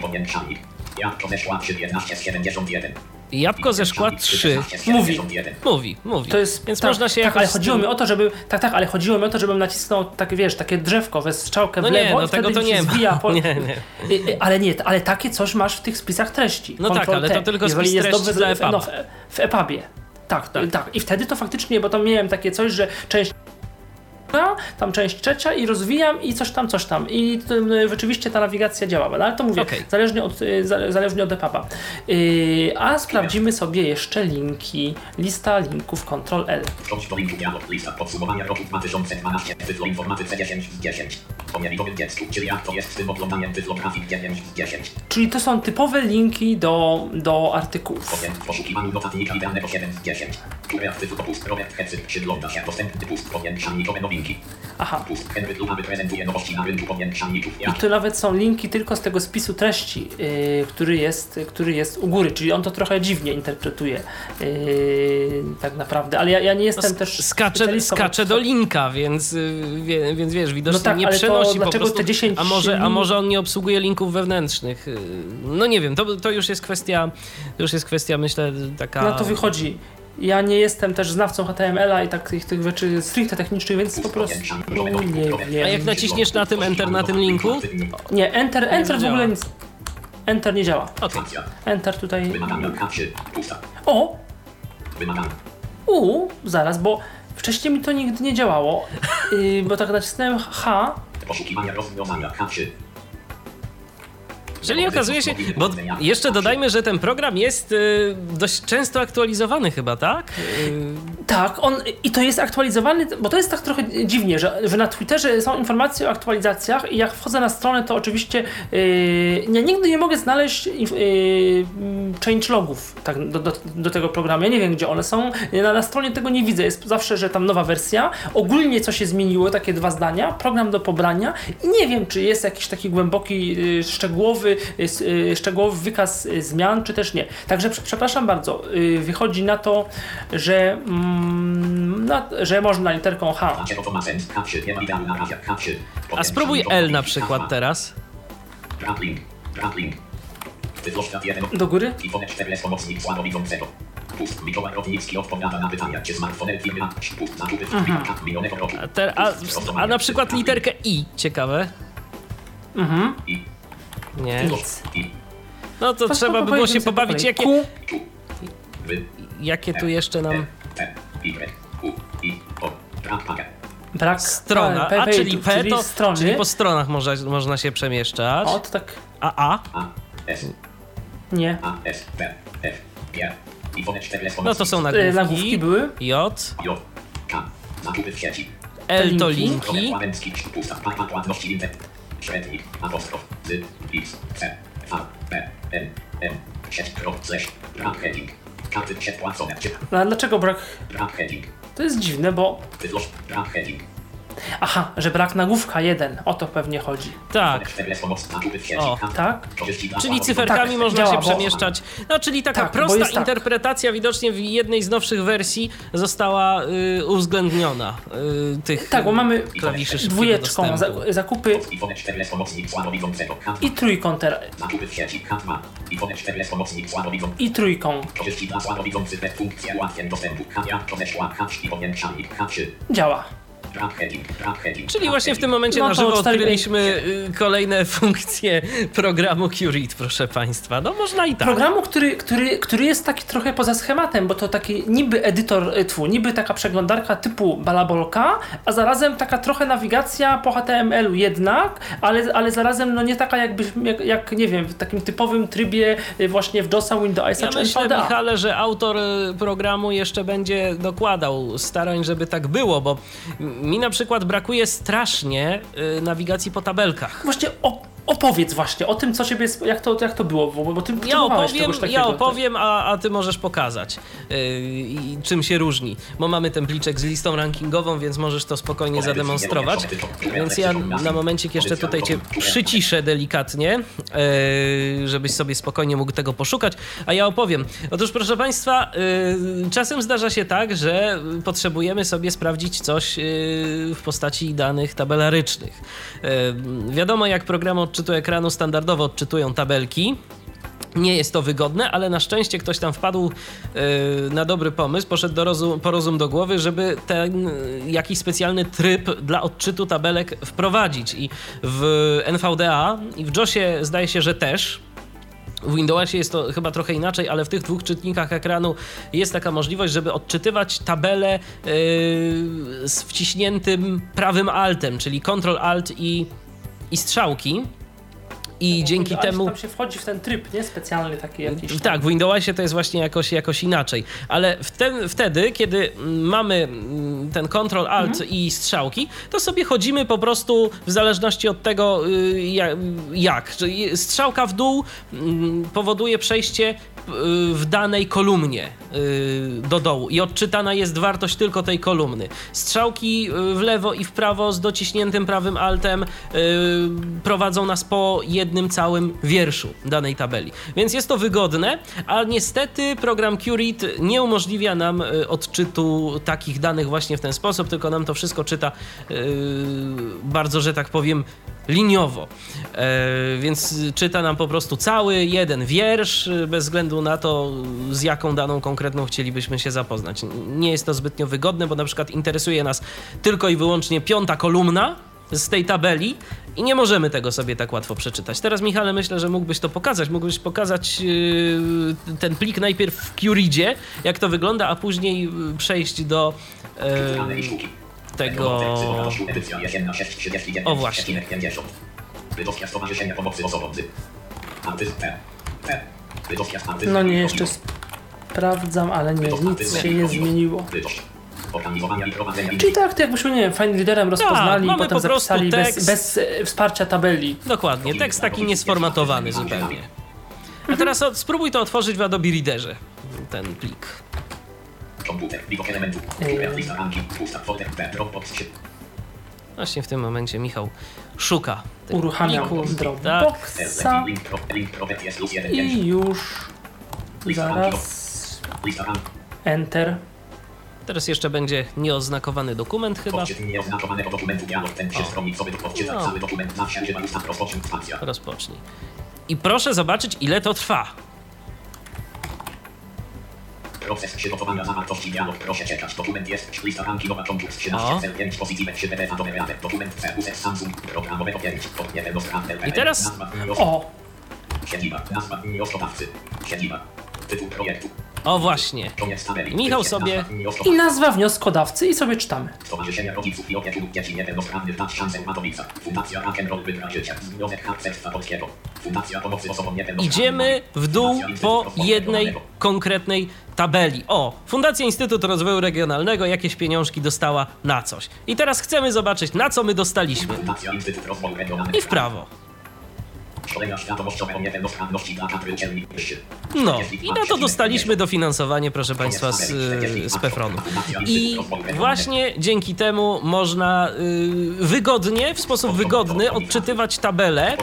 Speaker 2: Jabłko ze szkła 3. Mówi.
Speaker 3: To jest,
Speaker 2: więc
Speaker 3: tak,
Speaker 2: można się
Speaker 3: tak,
Speaker 2: jakoś...
Speaker 3: ale chodziło mi o to, ale chodziło mi o to, żebym nacisnął takie drzewko, strzałkę w lewo,
Speaker 2: no tego to nie ma.
Speaker 3: Ale takie coś masz w tych spisach treści.
Speaker 2: No tak, ale to tylko spis treści dla EPUB.
Speaker 3: W EPUBie. Tak. I wtedy to faktycznie, bo tam miałem takie coś, że część tam część trzecia i rozwijam i coś tam. I rzeczywiście ta nawigacja działa, ale to mówię, zależnie od EPUBa. A sprawdzimy sobie jeszcze linki. Lista linków Ctrl-L.
Speaker 4: Podsumowania roku 2012 Tyflo Informatyce 10 z 10. Pomiarikowy tekstu, czyli jak to jest z tym oglądaniem Tyflografik 9 z 10.
Speaker 3: Czyli to są typowe linki do artykułów.
Speaker 4: Poszukiwaniu notatnika idealnego 7 z 10. Tureat Tyflo pust Robert Hecyk przygląda się dostępny pust powiększalnikowe nowinki.
Speaker 3: Aha.
Speaker 4: Pust Henry Klubawy prezentuje nowości na rynku powiększalników.
Speaker 3: I tu nawet są linki tylko z tego spisu treści, który jest u góry, czyli on to trochę dziwnie interpretuje tak naprawdę, ale ja nie jestem też
Speaker 2: skacze do linka, więc wiesz, widocznie
Speaker 3: no tak,
Speaker 2: nie przenosi po prostu,
Speaker 3: te 10
Speaker 2: a może on nie obsługuje linków wewnętrznych. No nie wiem, to już jest kwestia, myślę, taka...
Speaker 3: No to wychodzi. Ja nie jestem też znawcą HTML-a i tych rzeczy stricte technicznych, więc po prostu nie wiem.
Speaker 2: A jak naciśniesz na tym Enter na tym linku?
Speaker 3: Nie, Enter w ogóle nic. Enter nie działa.
Speaker 2: Okay.
Speaker 3: Enter tutaj...
Speaker 4: O!
Speaker 3: Zaraz, bo wcześniej mi to nigdy nie działało, bo tak nacisnąłem H
Speaker 4: Poszukiwania rozwiązania K3.
Speaker 2: Czyli okazuje się, bo jeszcze dodajmy, że ten program jest dość często aktualizowany chyba, tak?
Speaker 3: Tak, i to jest aktualizowany, bo to jest tak trochę dziwnie, że na Twitterze są informacje o aktualizacjach i jak wchodzę na stronę, to oczywiście ja nigdy nie mogę znaleźć changelogów tak, do tego programu. Ja nie wiem, gdzie one są. Na stronie tego nie widzę. Jest zawsze, że tam nowa wersja. Ogólnie co się zmieniło, takie 2 zdania, program do pobrania i nie wiem, czy jest jakiś taki głęboki, szczegółowy wykaz zmian, czy też nie. Także przepraszam bardzo, wychodzi na to, że można literką H.
Speaker 2: A spróbuj L na przykład teraz.
Speaker 3: Do góry?
Speaker 4: Mikołaj Rotnicki odpowiada na pytania, czy smartfony firmy
Speaker 2: A na przykład literkę I, ciekawe. Nie.
Speaker 3: Nic.
Speaker 2: No to trzeba by było się pobawić, jakie tu jeszcze nam...
Speaker 3: Brak
Speaker 2: strona, czyli P to,
Speaker 3: strony.
Speaker 2: czyli po stronach można się przemieszczać.
Speaker 3: O, to tak.
Speaker 2: A?
Speaker 3: Nie.
Speaker 2: No to są
Speaker 3: nagłówki były.
Speaker 2: J. L to linki.
Speaker 3: No, a dlaczego brak? To jest dziwne, bo... Aha, że brak nagłówka 1. O to pewnie chodzi.
Speaker 2: Tak. O.
Speaker 3: Tak?
Speaker 2: Czyli cyferkami
Speaker 3: tak,
Speaker 2: można
Speaker 3: działa,
Speaker 2: się przemieszczać. No, czyli taka prosta interpretacja widocznie w jednej z nowszych wersji została uwzględniona. Tych
Speaker 3: tak, bo mamy
Speaker 2: klawiszy
Speaker 3: dwójeczką zakupy i trójką teraz. I trójką. Działa.
Speaker 2: Czyli właśnie w tym momencie na żywo odkryliśmy kolejne funkcje programu QRead, proszę Państwa. No można i tak.
Speaker 3: Programu, który jest taki trochę poza schematem, bo to taki niby edytor, niby taka przeglądarka typu balabolka, a zarazem taka trochę nawigacja po HTML-u jednak, ale zarazem no nie taka jak nie wiem, w takim typowym trybie właśnie w DOS-a, Windowsa czy
Speaker 2: myślę,
Speaker 3: NVDA.
Speaker 2: Michale, że autor programu jeszcze będzie dokładał starań, żeby tak było, bo mi na przykład brakuje strasznie nawigacji po tabelkach.
Speaker 3: Właśnie opowiedz właśnie o tym, co ciebie, jak to było, bo ty
Speaker 2: ja opowiem, a ty możesz pokazać, czym się różni. Bo mamy templiczek z listą rankingową, więc możesz to spokojnie zademonstrować. Więc ja na momencik jeszcze tutaj cię przyciszę delikatnie, żebyś sobie spokojnie mógł tego poszukać, a ja opowiem. Otóż, proszę Państwa, czasem zdarza się tak, że potrzebujemy sobie sprawdzić coś w postaci danych tabelarycznych. Wiadomo, jak programy odczytu ekranu standardowo odczytują tabelki. Nie jest to wygodne, ale na szczęście ktoś tam wpadł na dobry pomysł, poszedł po rozum do głowy, żeby ten jakiś specjalny tryb dla odczytu tabelek wprowadzić. I w NVDA i w JOSie zdaje się, że też. W Windowsie jest to chyba trochę inaczej, ale w tych 2 czytnikach ekranu jest taka możliwość, żeby odczytywać tabelę z wciśniętym prawym altem, czyli Ctrl-Alt i strzałki. I dzięki temu...
Speaker 3: Tam się wchodzi w ten tryb, nie? Specjalny taki jakiś.
Speaker 2: Tak, w Windowsie to jest właśnie jakoś inaczej. Ale wtedy, kiedy mamy ten Ctrl-Alt i strzałki, to sobie chodzimy po prostu w zależności od tego, jak. Strzałka w dół powoduje przejście w danej kolumnie do dołu i odczytana jest wartość tylko tej kolumny. Strzałki w lewo i w prawo z dociśniętym prawym altem prowadzą nas po jednym całym wierszu danej tabeli. Więc jest to wygodne, a niestety program QRead nie umożliwia nam odczytu takich danych właśnie w ten sposób, tylko nam to wszystko czyta bardzo, że tak powiem, liniowo. Więc czyta nam po prostu cały jeden wiersz, bez względu na to, z jaką daną konkretną chcielibyśmy się zapoznać. Nie jest to zbytnio wygodne, bo na przykład interesuje nas tylko i wyłącznie 5. kolumna z tej tabeli i nie możemy tego sobie tak łatwo przeczytać. Teraz, Michale, myślę, że mógłbyś to pokazać. Mógłbyś pokazać ten plik najpierw w QReadzie, jak to wygląda, a później przejść do tego... O właśnie.
Speaker 3: No nie, jeszcze sprawdzam, ale nie, nic się nie zmieniło. Czyli tak, to jakbyśmy, nie wiem, fajnym liderem rozpoznali i
Speaker 2: mamy
Speaker 3: potem
Speaker 2: po prostu
Speaker 3: zapisali
Speaker 2: tekst.
Speaker 3: bez wsparcia tabeli.
Speaker 2: Dokładnie, tekst taki niesformatowany zupełnie. A teraz spróbuj to otworzyć w Adobe Readerze, ten plik. Właśnie w tym momencie Michał szuka tego
Speaker 3: Uruchamiam
Speaker 2: pliku.
Speaker 3: Dropboxa i już zaraz Enter.
Speaker 2: Teraz jeszcze będzie nieoznakowany dokument chyba. Rozpocznij. I proszę zobaczyć, ile to trwa.
Speaker 4: Proces przygotowania zawartości dialog, proszę czekać. Dokument jest lista rankingowa członków 13 cel 5 pozycji dokument CUS Samsung programowego 5 pod niepełnosprawne.
Speaker 2: I teraz...
Speaker 3: O!
Speaker 4: Siedziba, nazwa wnioskodawcy. Siedziba, tytuł projektu.
Speaker 2: O właśnie.
Speaker 4: Koniec tabeli.
Speaker 2: Michał sobie...
Speaker 3: I nazwa wnioskodawcy i sobie czytamy.
Speaker 4: Stowarzyszenia Rodziców i Opiekunów Dzieci Niepełnosprawnych dać szansę Matowica. Fundacja Rock'n'Roll Wygra Życia. Wniosek Harcerstwa Polskiego. Fundacja Pomocy Osobom Niepełnosprawnym.
Speaker 2: Idziemy w dół po jednej konkretnej tabeli. O, Fundacja Instytut Rozwoju Regionalnego jakieś pieniążki dostała na coś. I teraz chcemy zobaczyć, na co my dostaliśmy.
Speaker 4: Fundacja Instytut Rozwoju Regionalnego.
Speaker 2: I w prawo.
Speaker 4: Szkolenia świadomościowe o niepełnosprawności dla kadry uczelni wyższych.
Speaker 2: No, i na to dostaliśmy dofinansowanie, proszę Państwa, z PFRON-u. I właśnie dzięki temu można wygodnie, w sposób wygodny odczytywać tabelę.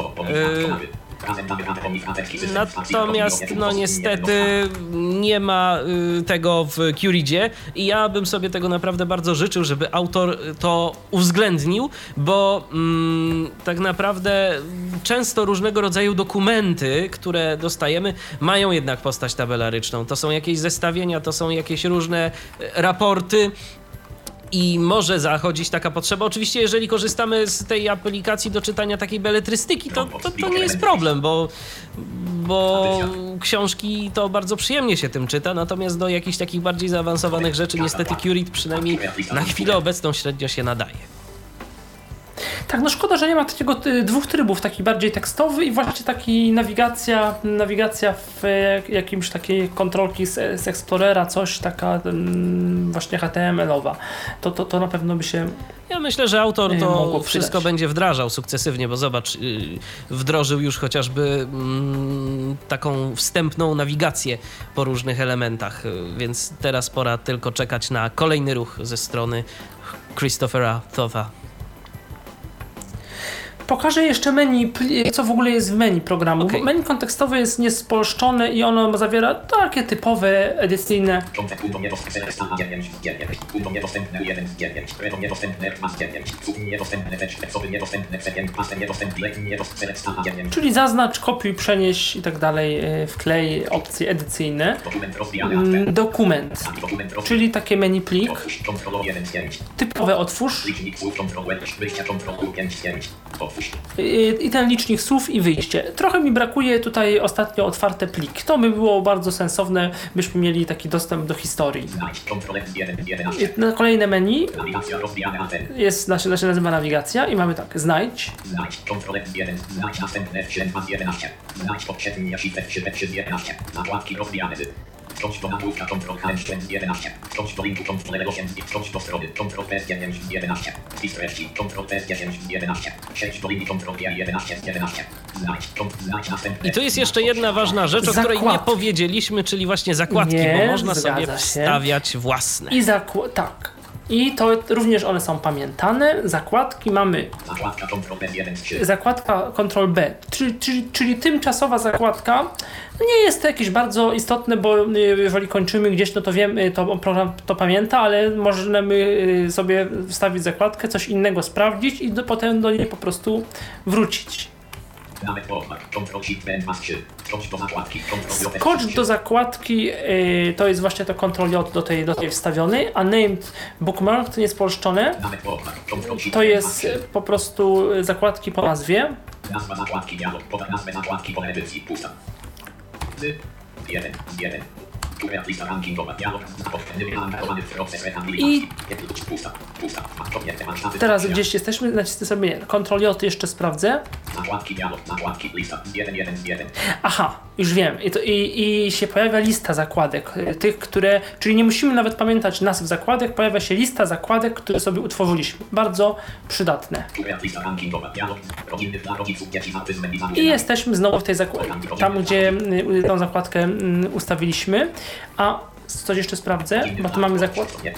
Speaker 2: Natomiast no niestety nie ma tego w QReadzie i ja bym sobie tego naprawdę bardzo życzył, żeby autor to uwzględnił, bo tak naprawdę często różnego rodzaju dokumenty, które dostajemy, mają jednak postać tabelaryczną. To są jakieś zestawienia, to są jakieś różne raporty. I może zachodzić taka potrzeba. Oczywiście, jeżeli korzystamy z tej aplikacji do czytania takiej beletrystyki, to nie jest problem, bo książki to bardzo przyjemnie się tym czyta, natomiast do jakichś takich bardziej zaawansowanych rzeczy niestety QRead przynajmniej na chwilę obecną średnio się nadaje.
Speaker 3: Tak, no szkoda, że nie ma takiego dwóch trybów, taki bardziej tekstowy i właśnie taki nawigacja w jakimś takiej kontrolki z Explorera, coś taka właśnie HTML-owa. To na pewno by się...
Speaker 2: Ja myślę, że autor to wszystko będzie wdrażał sukcesywnie, bo zobacz, wdrożył już chociażby taką wstępną nawigację po różnych elementach, więc teraz pora tylko czekać na kolejny ruch ze strony Christophera Thotha.
Speaker 3: Pokażę jeszcze menu, co w ogóle jest w menu programu.
Speaker 2: Okay.
Speaker 3: Menu kontekstowe jest niespolszczone i ono zawiera takie typowe edycyjne. Czyli zaznacz, kopiuj, przenieś i tak dalej, wklej opcje edycyjne. Dokument, czyli takie menu plik. Typowe otwórz. I ten licznik słów i wyjście. Trochę mi brakuje tutaj ostatnio otwarte plik. To by było bardzo sensowne, byśmy mieli taki dostęp do historii. Na kolejne menu jest, się nazywa nawigacja i mamy tak, znajdź.
Speaker 4: Znajdź następne 7 znajdź poprzednie shift 11. Zakładki rozwijane z. Wróć do nagłówka Ctrl+H 11. Wróć do linku Ctrl+8. Wróć do strony Ctrl+9 11. Wpis treści Ctrl+10 11. Przejdź do linii Ctrl+11 11. Znajdź następne.
Speaker 2: I tu jest jeszcze jedna ważna rzecz, o której nie powiedzieliśmy, czyli właśnie zakładki, bo można sobie wstawiać własne.
Speaker 3: I tak. I to również one są pamiętane. Zakładki mamy.
Speaker 4: Zakładka Ctrl+1.
Speaker 3: Zakładka Ctrl+B, czyli tymczasowa zakładka. Nie jest to jakieś bardzo istotne, bo jeżeli kończymy gdzieś, no to wiemy, to program to pamięta, ale możemy sobie wstawić zakładkę, coś innego sprawdzić i potem do niej po prostu wrócić. Skocz do zakładki, to jest właśnie to Ctrl+J do tej wstawionej, a named bookmark to niespolszczone. To jest po prostu zakładki po nazwie.
Speaker 4: Nazwa zakładki dialog, podaj nazwę zakładki po edycji, pusta. 1. Lista rankingowa. Dialog.
Speaker 3: I
Speaker 4: Pusta.
Speaker 3: teraz gdzieś jesteśmy, nacisnę sobie Ctrl J, jeszcze sprawdzę.
Speaker 4: Nakładki dialog. Nakładki. Lista. 1.
Speaker 3: Aha, już wiem. I się pojawia lista zakładek, tych, które, czyli nie musimy nawet pamiętać nazw zakładek, pojawia się lista zakładek, które sobie utworzyliśmy. Bardzo przydatne.
Speaker 4: Lista rankingowa. Dialog. Rodziny dla rodziców, dzieci z autyzmem i
Speaker 3: I jesteśmy znowu w tej zakładce, tam gdzie tą zakładkę ustawiliśmy. A coś jeszcze sprawdzę, bo tu mamy zakładkę.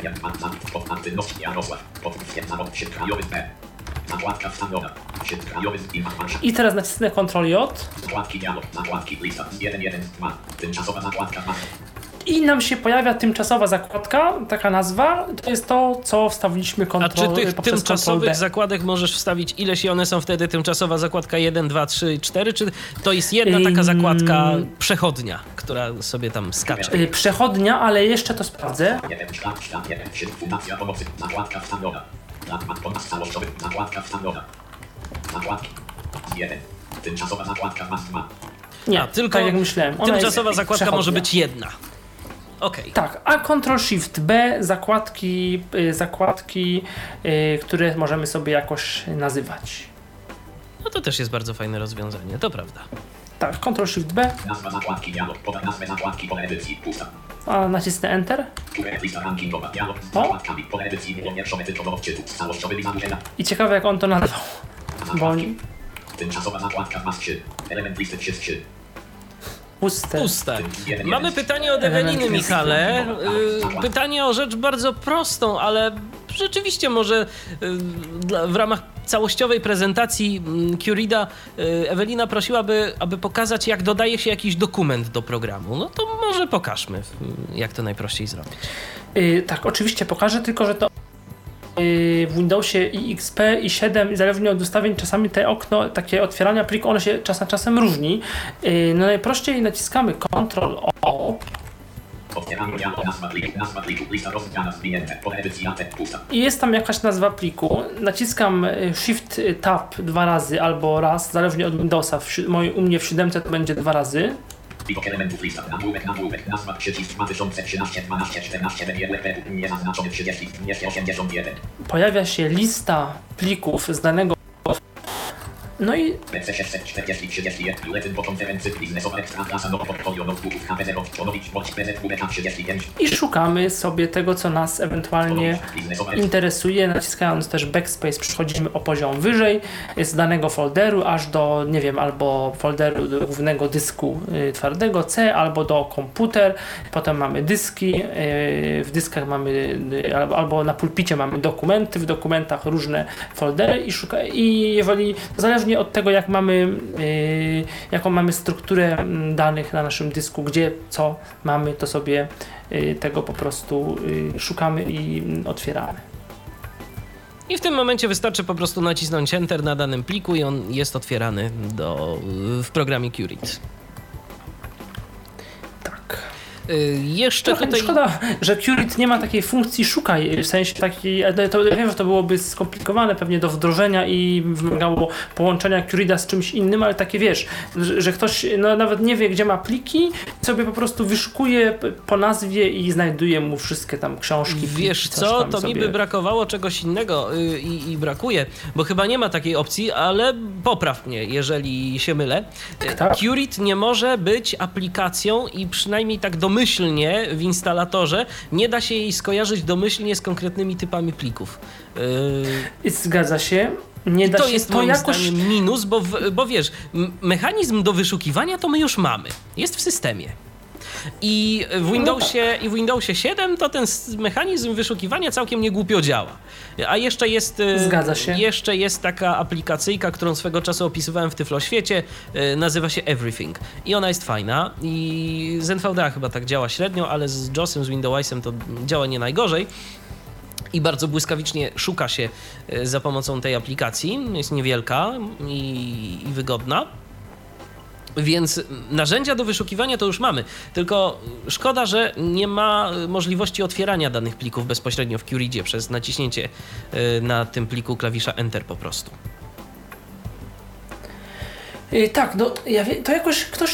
Speaker 4: Nakładka stanowa. Krajowy
Speaker 3: I teraz nacisnę Ctrl J.
Speaker 4: Nakładki dialog. Nakładki. Lista. 1. Tymczasowa nakładka.
Speaker 3: I nam się pojawia tymczasowa zakładka, taka nazwa. To jest to, co wstawiliśmy
Speaker 2: A czy tych
Speaker 3: poprzez
Speaker 2: tymczasowych
Speaker 3: Ctrl-D.
Speaker 2: zakładek możesz wstawić ileś i one są wtedy tymczasowa zakładka 1, 2, 3, 4? Czy to jest jedna taka zakładka przechodnia, która sobie tam skacze?
Speaker 3: Przechodnia, ale jeszcze to sprawdzę.
Speaker 4: Fundacja pomocy. Nakładka stanowa. Całościowy. Nakładka stanowa. Nakładki. 1. Tymczasowa nakładka ma.
Speaker 3: Nie,
Speaker 2: A, tylko
Speaker 3: tak jak myślałem. Ona
Speaker 2: tymczasowa
Speaker 3: jest
Speaker 2: zakładka
Speaker 3: przechodnia.
Speaker 2: może być jedna. Okej.
Speaker 3: Tak, a Ctrl-Shift-B zakładki, które możemy sobie jakoś nazywać.
Speaker 2: No to też jest bardzo fajne rozwiązanie, to prawda.
Speaker 3: Tak, Ctrl-Shift-B,
Speaker 4: Nazwa nakładki dialog. Podaj nazwę nakładki pole edycji. Pusta.
Speaker 3: a nacisnę Enter
Speaker 4: Lista rankingowa. Dialog.
Speaker 3: O.
Speaker 4: Nakładkami pole edycji. Pierwszowy tytuł odczytu. Całościowy wizerunku.
Speaker 3: i ciekawe jak on to nazwał. Bo
Speaker 4: Tymczasowa nakładka ma 3. Element listy 3.
Speaker 3: puste.
Speaker 2: Puste. Mamy pytanie od Eweliny, Michale. Pytanie o rzecz bardzo prostą, ale rzeczywiście może w ramach całościowej prezentacji QReada Ewelina prosiłaby, aby pokazać, jak dodaje się jakiś dokument do programu. No to może pokażmy, jak to najprościej zrobić.
Speaker 3: Tak, oczywiście pokażę, tylko że to w Windowsie i XP i 7 i zależnie od ustawień czasami te okno, takie otwierania pliku, ono się czasem różni. No najprościej naciskamy Ctrl-O
Speaker 4: Otwieramy dialog. Nazwa pliku. Lista rozdziana zwinięte. Pole edycji. Pusta.
Speaker 3: i jest tam jakaś nazwa pliku. Naciskam Shift Tab 2 razy albo raz, zależnie od Windowsa. U mnie w 7 to będzie 2 razy.
Speaker 4: Plik elementów lista. Nagłówek. Nazwa przycisk 2013 12 14 WP. Niezaznaczony 30 281.
Speaker 3: Pojawia się lista plików z danego. No i
Speaker 4: PC 640 31. Lecyn po konferencji biznesowa ekstra klasa do portfolio notebooków HP 0 ponowić bądź PZWBK 35.
Speaker 3: i szukamy sobie tego, co nas ewentualnie interesuje. Naciskając też Backspace przechodzimy o poziom wyżej z danego folderu aż do, nie wiem, albo folderu do głównego dysku twardego C, albo do komputer. Potem mamy dyski, w dyskach mamy, albo na pulpicie mamy dokumenty, w dokumentach różne foldery i jeżeli, zależnie od tego, jak mamy, jaką mamy strukturę danych na naszym dysku, gdzie co mamy, to sobie tego po prostu szukamy i otwieramy.
Speaker 2: I w tym momencie wystarczy po prostu nacisnąć Enter na danym pliku i on jest otwierany w programie QReada.
Speaker 3: Tak.
Speaker 2: Jeszcze
Speaker 3: Trochę
Speaker 2: tutaj...
Speaker 3: szkoda, że QReada nie ma takiej funkcji szukaj, w sensie takiej, to wiem, że to byłoby skomplikowane pewnie do wdrożenia i wymagało połączenia QReada z czymś innym, ale takie wiesz, że ktoś nawet nie wie, gdzie ma pliki, sobie po prostu wyszukuje po nazwie i znajduje mu wszystkie tam książki.
Speaker 2: Wiesz
Speaker 3: pliki,
Speaker 2: co,
Speaker 3: tam
Speaker 2: to
Speaker 3: sobie...
Speaker 2: mi by brakowało czegoś innego i brakuje, bo chyba nie ma takiej opcji, ale popraw mnie, jeżeli się mylę.
Speaker 3: Tak.
Speaker 2: QReada nie może być aplikacją i przynajmniej tak domyślnie w instalatorze nie da się jej skojarzyć domyślnie z konkretnymi typami plików.
Speaker 3: Zgadza się. Nie da
Speaker 2: to
Speaker 3: się
Speaker 2: jest
Speaker 3: to
Speaker 2: moim
Speaker 3: jakoś...
Speaker 2: zdaniem minus, bo wiesz, mechanizm do wyszukiwania to my już mamy. Jest w systemie. I w Windowsie 7 to ten mechanizm wyszukiwania całkiem niegłupio działa. A jeszcze jest,
Speaker 3: Zgadza się.
Speaker 2: Jeszcze jest taka aplikacyjka, którą swego czasu opisywałem w Tyfloświecie, nazywa się Everything. I ona jest fajna i z NVDA chyba tak działa średnio, ale z JOS-em, z Windowsem to działa nie najgorzej. I bardzo błyskawicznie szuka się za pomocą tej aplikacji. Jest niewielka i wygodna. Więc narzędzia do wyszukiwania to już mamy, tylko szkoda, że nie ma możliwości otwierania danych plików bezpośrednio w QReadzie przez naciśnięcie na tym pliku klawisza Enter po prostu.
Speaker 3: Tak, no to jakoś ktoś to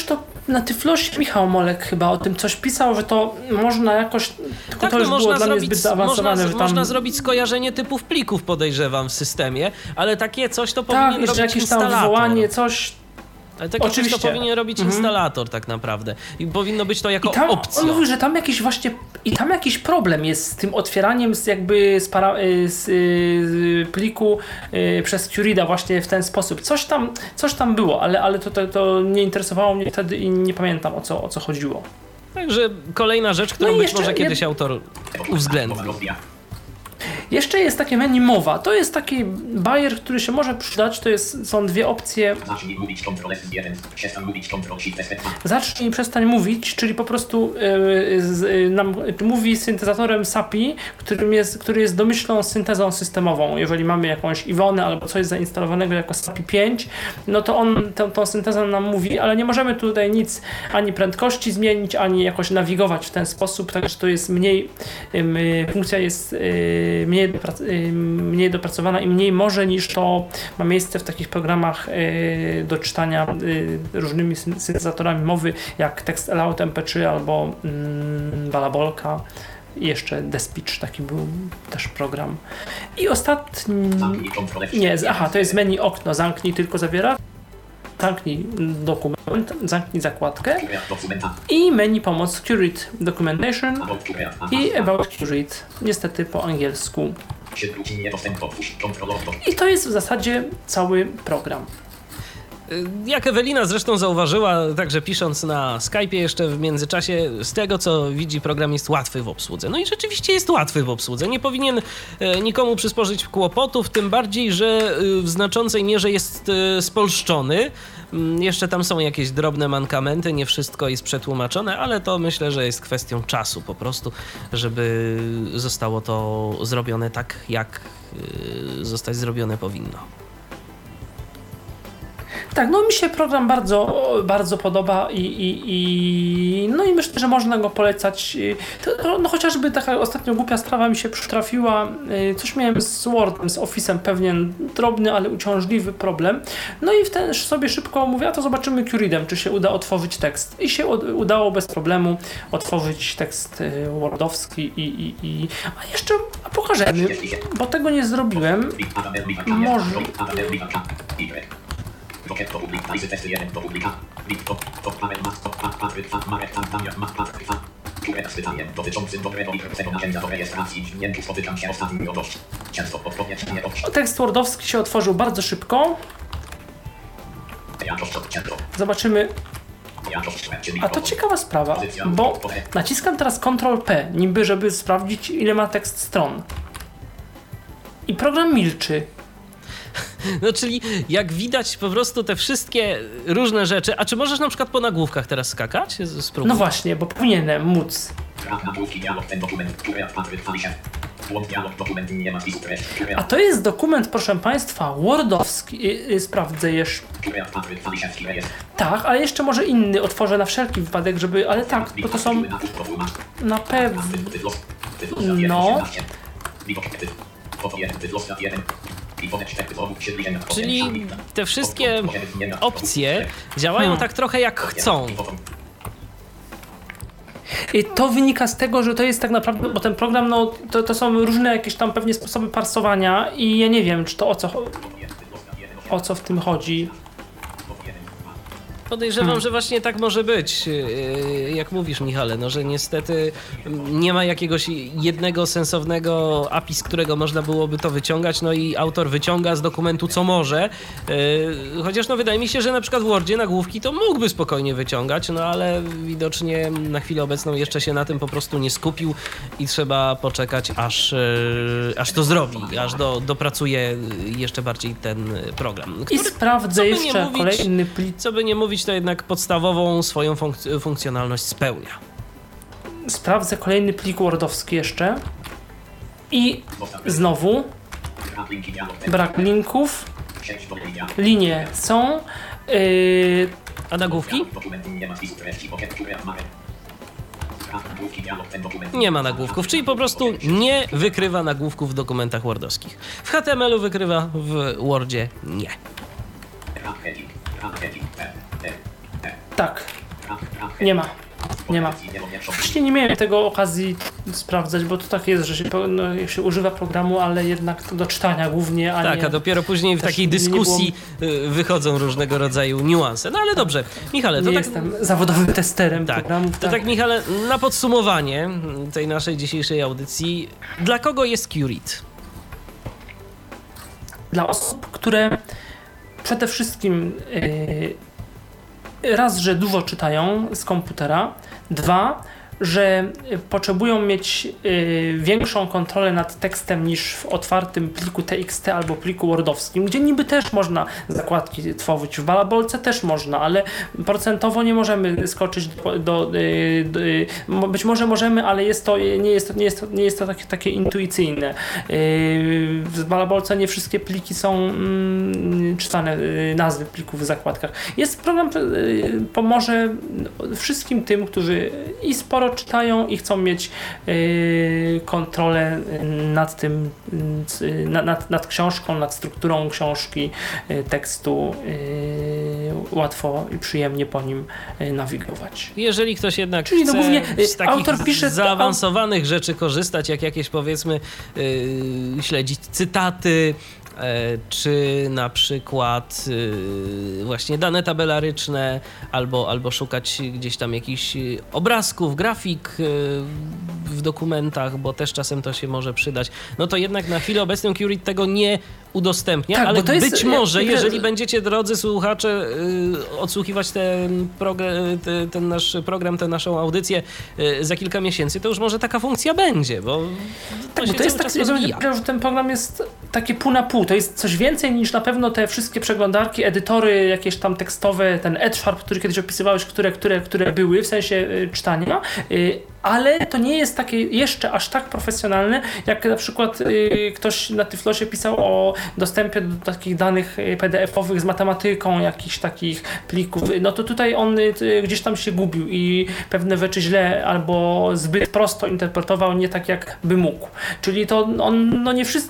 Speaker 3: Na Tyflosie Michał Molek chyba o tym coś pisał, że to można jakoś, tylko
Speaker 2: Tak,
Speaker 3: to już było dla mnie zbyt zaawansowane, że tam...
Speaker 2: Można zrobić skojarzenie typów plików, podejrzewam, w systemie, ale takie coś to powinien
Speaker 3: Tak,
Speaker 2: robić
Speaker 3: jakieś tam
Speaker 2: instalator.
Speaker 3: wywołanie, coś...
Speaker 2: Ale takie coś to powinien robić instalator tak naprawdę. I powinno być to jako opcja.
Speaker 3: On mówi, że tam jakiś właśnie... I tam jakiś problem jest z tym otwieraniem z pliku przez QReada właśnie w ten sposób. Coś tam było, ale to nie interesowało mnie wtedy i nie pamiętam o co chodziło.
Speaker 2: Także kolejna rzecz, którą być może kiedyś autor uwzględni.
Speaker 3: Jeszcze jest takie menu mowa. To jest taki bajer, który się może przydać. Są dwie opcje. Zacznij i przestań mówić, czyli po prostu nam mówi syntezatorem SAPI, który jest domyślną syntezą systemową. Jeżeli mamy jakąś Iwonę albo coś zainstalowanego jako SAPI 5, no to on tą syntezę nam mówi, ale nie możemy tutaj nic ani prędkości zmienić, ani jakoś nawigować w ten sposób, także to jest funkcja jest mniej dopracowana i mniej może niż to ma miejsce w takich programach do czytania różnymi syntezatorami mowy jak TextAloud MP3 albo Balabolka i jeszcze DeSpeech, taki był też program. I ostatni... to jest menu okno, zamknij tylko zawiera. Zamknij dokument, zamknij zakładkę i menu pomoc QRead Documentation i About QRead, niestety po angielsku. I to jest w zasadzie cały program.
Speaker 2: Jak Ewelina zresztą zauważyła, także pisząc na Skype'ie jeszcze w międzyczasie, z tego co widzi, program jest łatwy w obsłudze. No i rzeczywiście jest łatwy w obsłudze. Nie powinien nikomu przysporzyć kłopotów, tym bardziej, że w znaczącej mierze jest spolszczony. Jeszcze tam są jakieś drobne mankamenty, nie wszystko jest przetłumaczone, ale to myślę, że jest kwestią czasu po prostu, żeby zostało to zrobione tak, jak zostać zrobione powinno.
Speaker 3: Tak, no mi się program bardzo, bardzo podoba i myślę, że można go polecać. No chociażby taka ostatnio głupia sprawa mi się przytrafiła. Coś miałem z Wordem, z Office'em, pewien drobny, ale uciążliwy problem. No i wtedy sobie szybko mówię, a to zobaczymy QReadem, czy się uda otworzyć tekst. I się udało bez problemu otworzyć tekst wordowski a jeszcze pokażemy, bo tego nie zrobiłem. Może...
Speaker 4: Rokiet to publik, analizy testy 1 to publika. Top panel mas, top marek, QRead z pytaniem dotyczącym dobrego i prostego narzędzia do rejestracji dźwięków spotykam się ostatnio dość często odpowiednie dość.
Speaker 3: Tekst wordowski się otworzył bardzo szybko. Zobaczymy. A to ciekawa sprawa, bo naciskam teraz Ctrl+P, niby żeby sprawdzić, ile ma tekst stron. I program milczy.
Speaker 2: No czyli jak widać po prostu te wszystkie różne rzeczy. A czy możesz na przykład po nagłówkach teraz skakać? Spróbuj.
Speaker 3: No właśnie, bo powinienem móc. A to jest dokument, proszę Państwa, wordowski. Sprawdzę jeszcze. Tak, ale jeszcze może inny otworzę na wszelki wypadek, żeby... Ale tak, bo to są... Na pewno... No...
Speaker 2: Czyli te wszystkie opcje działają tak trochę jak chcą.
Speaker 3: I to wynika z tego, że to jest tak naprawdę, bo ten program, no to są różne jakieś tam pewnie sposoby parsowania i ja nie wiem, czy to o co w tym chodzi.
Speaker 2: Podejrzewam, że właśnie tak może być, jak mówisz, Michale, no, że niestety nie ma jakiegoś jednego sensownego API, z którego można byłoby to wyciągać, no i autor wyciąga z dokumentu co może, chociaż no wydaje mi się, że na przykład w Wordzie nagłówki to mógłby spokojnie wyciągać, no ale widocznie na chwilę obecną jeszcze się na tym po prostu nie skupił i trzeba poczekać, aż to zrobi, aż dopracuje jeszcze bardziej ten program.
Speaker 3: I sprawdzę jeszcze kolejny plik.
Speaker 2: Co by nie mówić, to jednak podstawową swoją funkcjonalność spełnia.
Speaker 3: Sprawdzę kolejny plik wordowski jeszcze. I znowu brak linków. Linie są.
Speaker 2: A nagłówki? Nie ma nagłówków, czyli po prostu nie wykrywa nagłówków w dokumentach wordowskich. W HTML-u wykrywa, w Wordzie nie.
Speaker 3: Tak. Nie ma. Wcześniej nie miałem tego okazji sprawdzać, bo to tak jest, że się używa programu, ale jednak do czytania głównie, a
Speaker 2: tak,
Speaker 3: nie...
Speaker 2: a dopiero później w takiej dyskusji wychodzą różnego rodzaju niuanse. No ale dobrze, Michale, to
Speaker 3: nie
Speaker 2: tak...
Speaker 3: jestem zawodowym testerem programów.
Speaker 2: To tak, Michale, na podsumowanie tej naszej dzisiejszej audycji, dla kogo jest Qt?
Speaker 3: Dla osób, które przede wszystkim raz, że dużo czytają z komputera, dwa, że potrzebują mieć większą kontrolę nad tekstem niż w otwartym pliku TXT albo pliku wordowskim, gdzie niby też można zakładki tworzyć, w balabolce też można, ale procentowo nie możemy skoczyć być może możemy, ale nie jest to takie intuicyjne. W balabolce nie wszystkie pliki są czytane, nazwy plików w zakładkach. Jest program, pomoże wszystkim tym, którzy i sporo czytają i chcą mieć kontrolę nad tym, nad książką, nad strukturą książki, tekstu, łatwo i przyjemnie po nim nawigować.
Speaker 2: Jeżeli ktoś jednak
Speaker 3: Czyli
Speaker 2: chce
Speaker 3: głównie
Speaker 2: z takich zaawansowanych rzeczy korzystać, jak jakieś powiedzmy śledzić cytaty, czy na przykład właśnie dane tabelaryczne, albo szukać gdzieś tam jakichś obrazków, grafik w dokumentach, bo też czasem to się może przydać, no to jednak na chwilę obecną Qt tego nie udostępnia, tak, ale być może, jeżeli będziecie, drodzy słuchacze, odsłuchiwać ten nasz program, tę naszą audycję za kilka miesięcy, to już może taka funkcja będzie, bo to jest tak,
Speaker 3: że ten program jest taki pół na pół, to jest coś więcej niż na pewno te wszystkie przeglądarki, edytory jakieś tam tekstowe, ten Edge-Sharp, który kiedyś opisywałeś, które były w sensie czytania, ale to nie jest takie jeszcze aż tak profesjonalne, jak na przykład ktoś na Tyflosie pisał o dostępie do takich danych PDF-owych z matematyką, jakichś takich plików, no to tutaj on gdzieś tam się gubił i pewne rzeczy źle albo zbyt prosto interpretował, nie tak jak by mógł. Czyli to on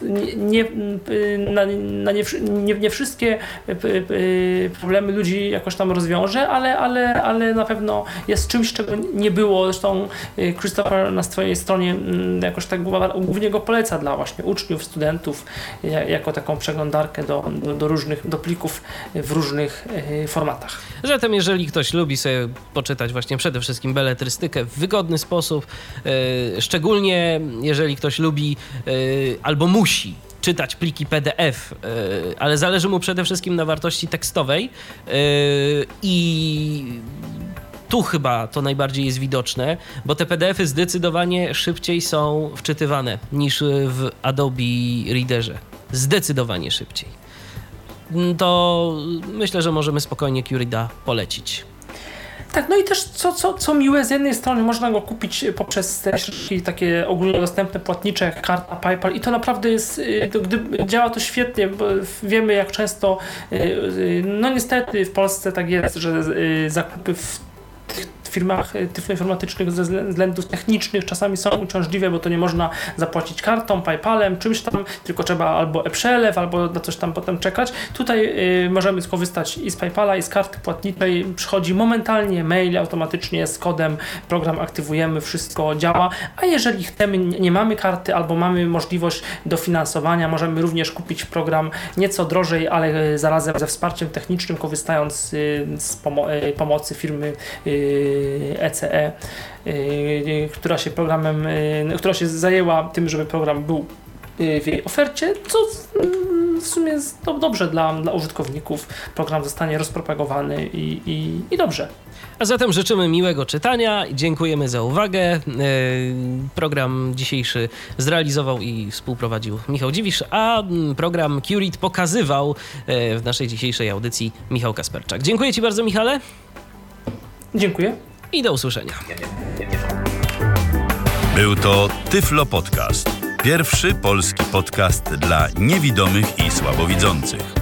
Speaker 3: nie wszystkie problemy ludzi jakoś tam rozwiąże, ale na pewno jest czymś, czego nie było. Zresztą Christopher na swojej stronie jakoś tak głównie go poleca dla właśnie uczniów, studentów, jako taką przeglądarkę do plików w różnych formatach.
Speaker 2: Zatem jeżeli ktoś lubi sobie poczytać właśnie przede wszystkim beletrystykę w wygodny sposób, szczególnie jeżeli ktoś lubi albo musi czytać pliki PDF, ale zależy mu przede wszystkim na wartości tekstowej i tu chyba to najbardziej jest widoczne, bo te PDF-y zdecydowanie szybciej są wczytywane niż w Adobe Readerze. Zdecydowanie szybciej. To myślę, że możemy spokojnie Qt polecić.
Speaker 3: Tak, no i też co miłe, z jednej strony można go kupić poprzez te środki takie ogólnodostępne płatnicze jak karta, PayPal i to naprawdę jest, działa to świetnie, bo wiemy jak często, no niestety w Polsce tak jest, że zakupy w firmach tyfloinformatycznych ze względów technicznych czasami są uciążliwe, bo to nie można zapłacić kartą, PayPalem, czymś tam, tylko trzeba albo e-przelew, albo na coś tam potem czekać. Tutaj możemy skorzystać i z PayPala, i z karty płatniczej. Przychodzi momentalnie mail automatycznie z kodem, program aktywujemy, wszystko działa, a jeżeli chcemy, nie mamy karty, albo mamy możliwość dofinansowania, możemy również kupić program nieco drożej, ale zarazem ze wsparciem technicznym, korzystając z pomocy firmy ECE, która się zajęła tym, żeby program był w jej ofercie, co w sumie jest dobrze dla użytkowników. Program zostanie rozpropagowany i dobrze.
Speaker 2: A zatem życzymy miłego czytania, dziękujemy za uwagę. Program dzisiejszy zrealizował i współprowadził Michał Dziwisz, a program Qt pokazywał w naszej dzisiejszej audycji Michał Kasperczak. Dziękuję Ci bardzo, Michale.
Speaker 3: Dziękuję.
Speaker 2: I do usłyszenia.
Speaker 1: Był to Tyflo Podcast. Pierwszy polski podcast dla niewidomych i słabowidzących.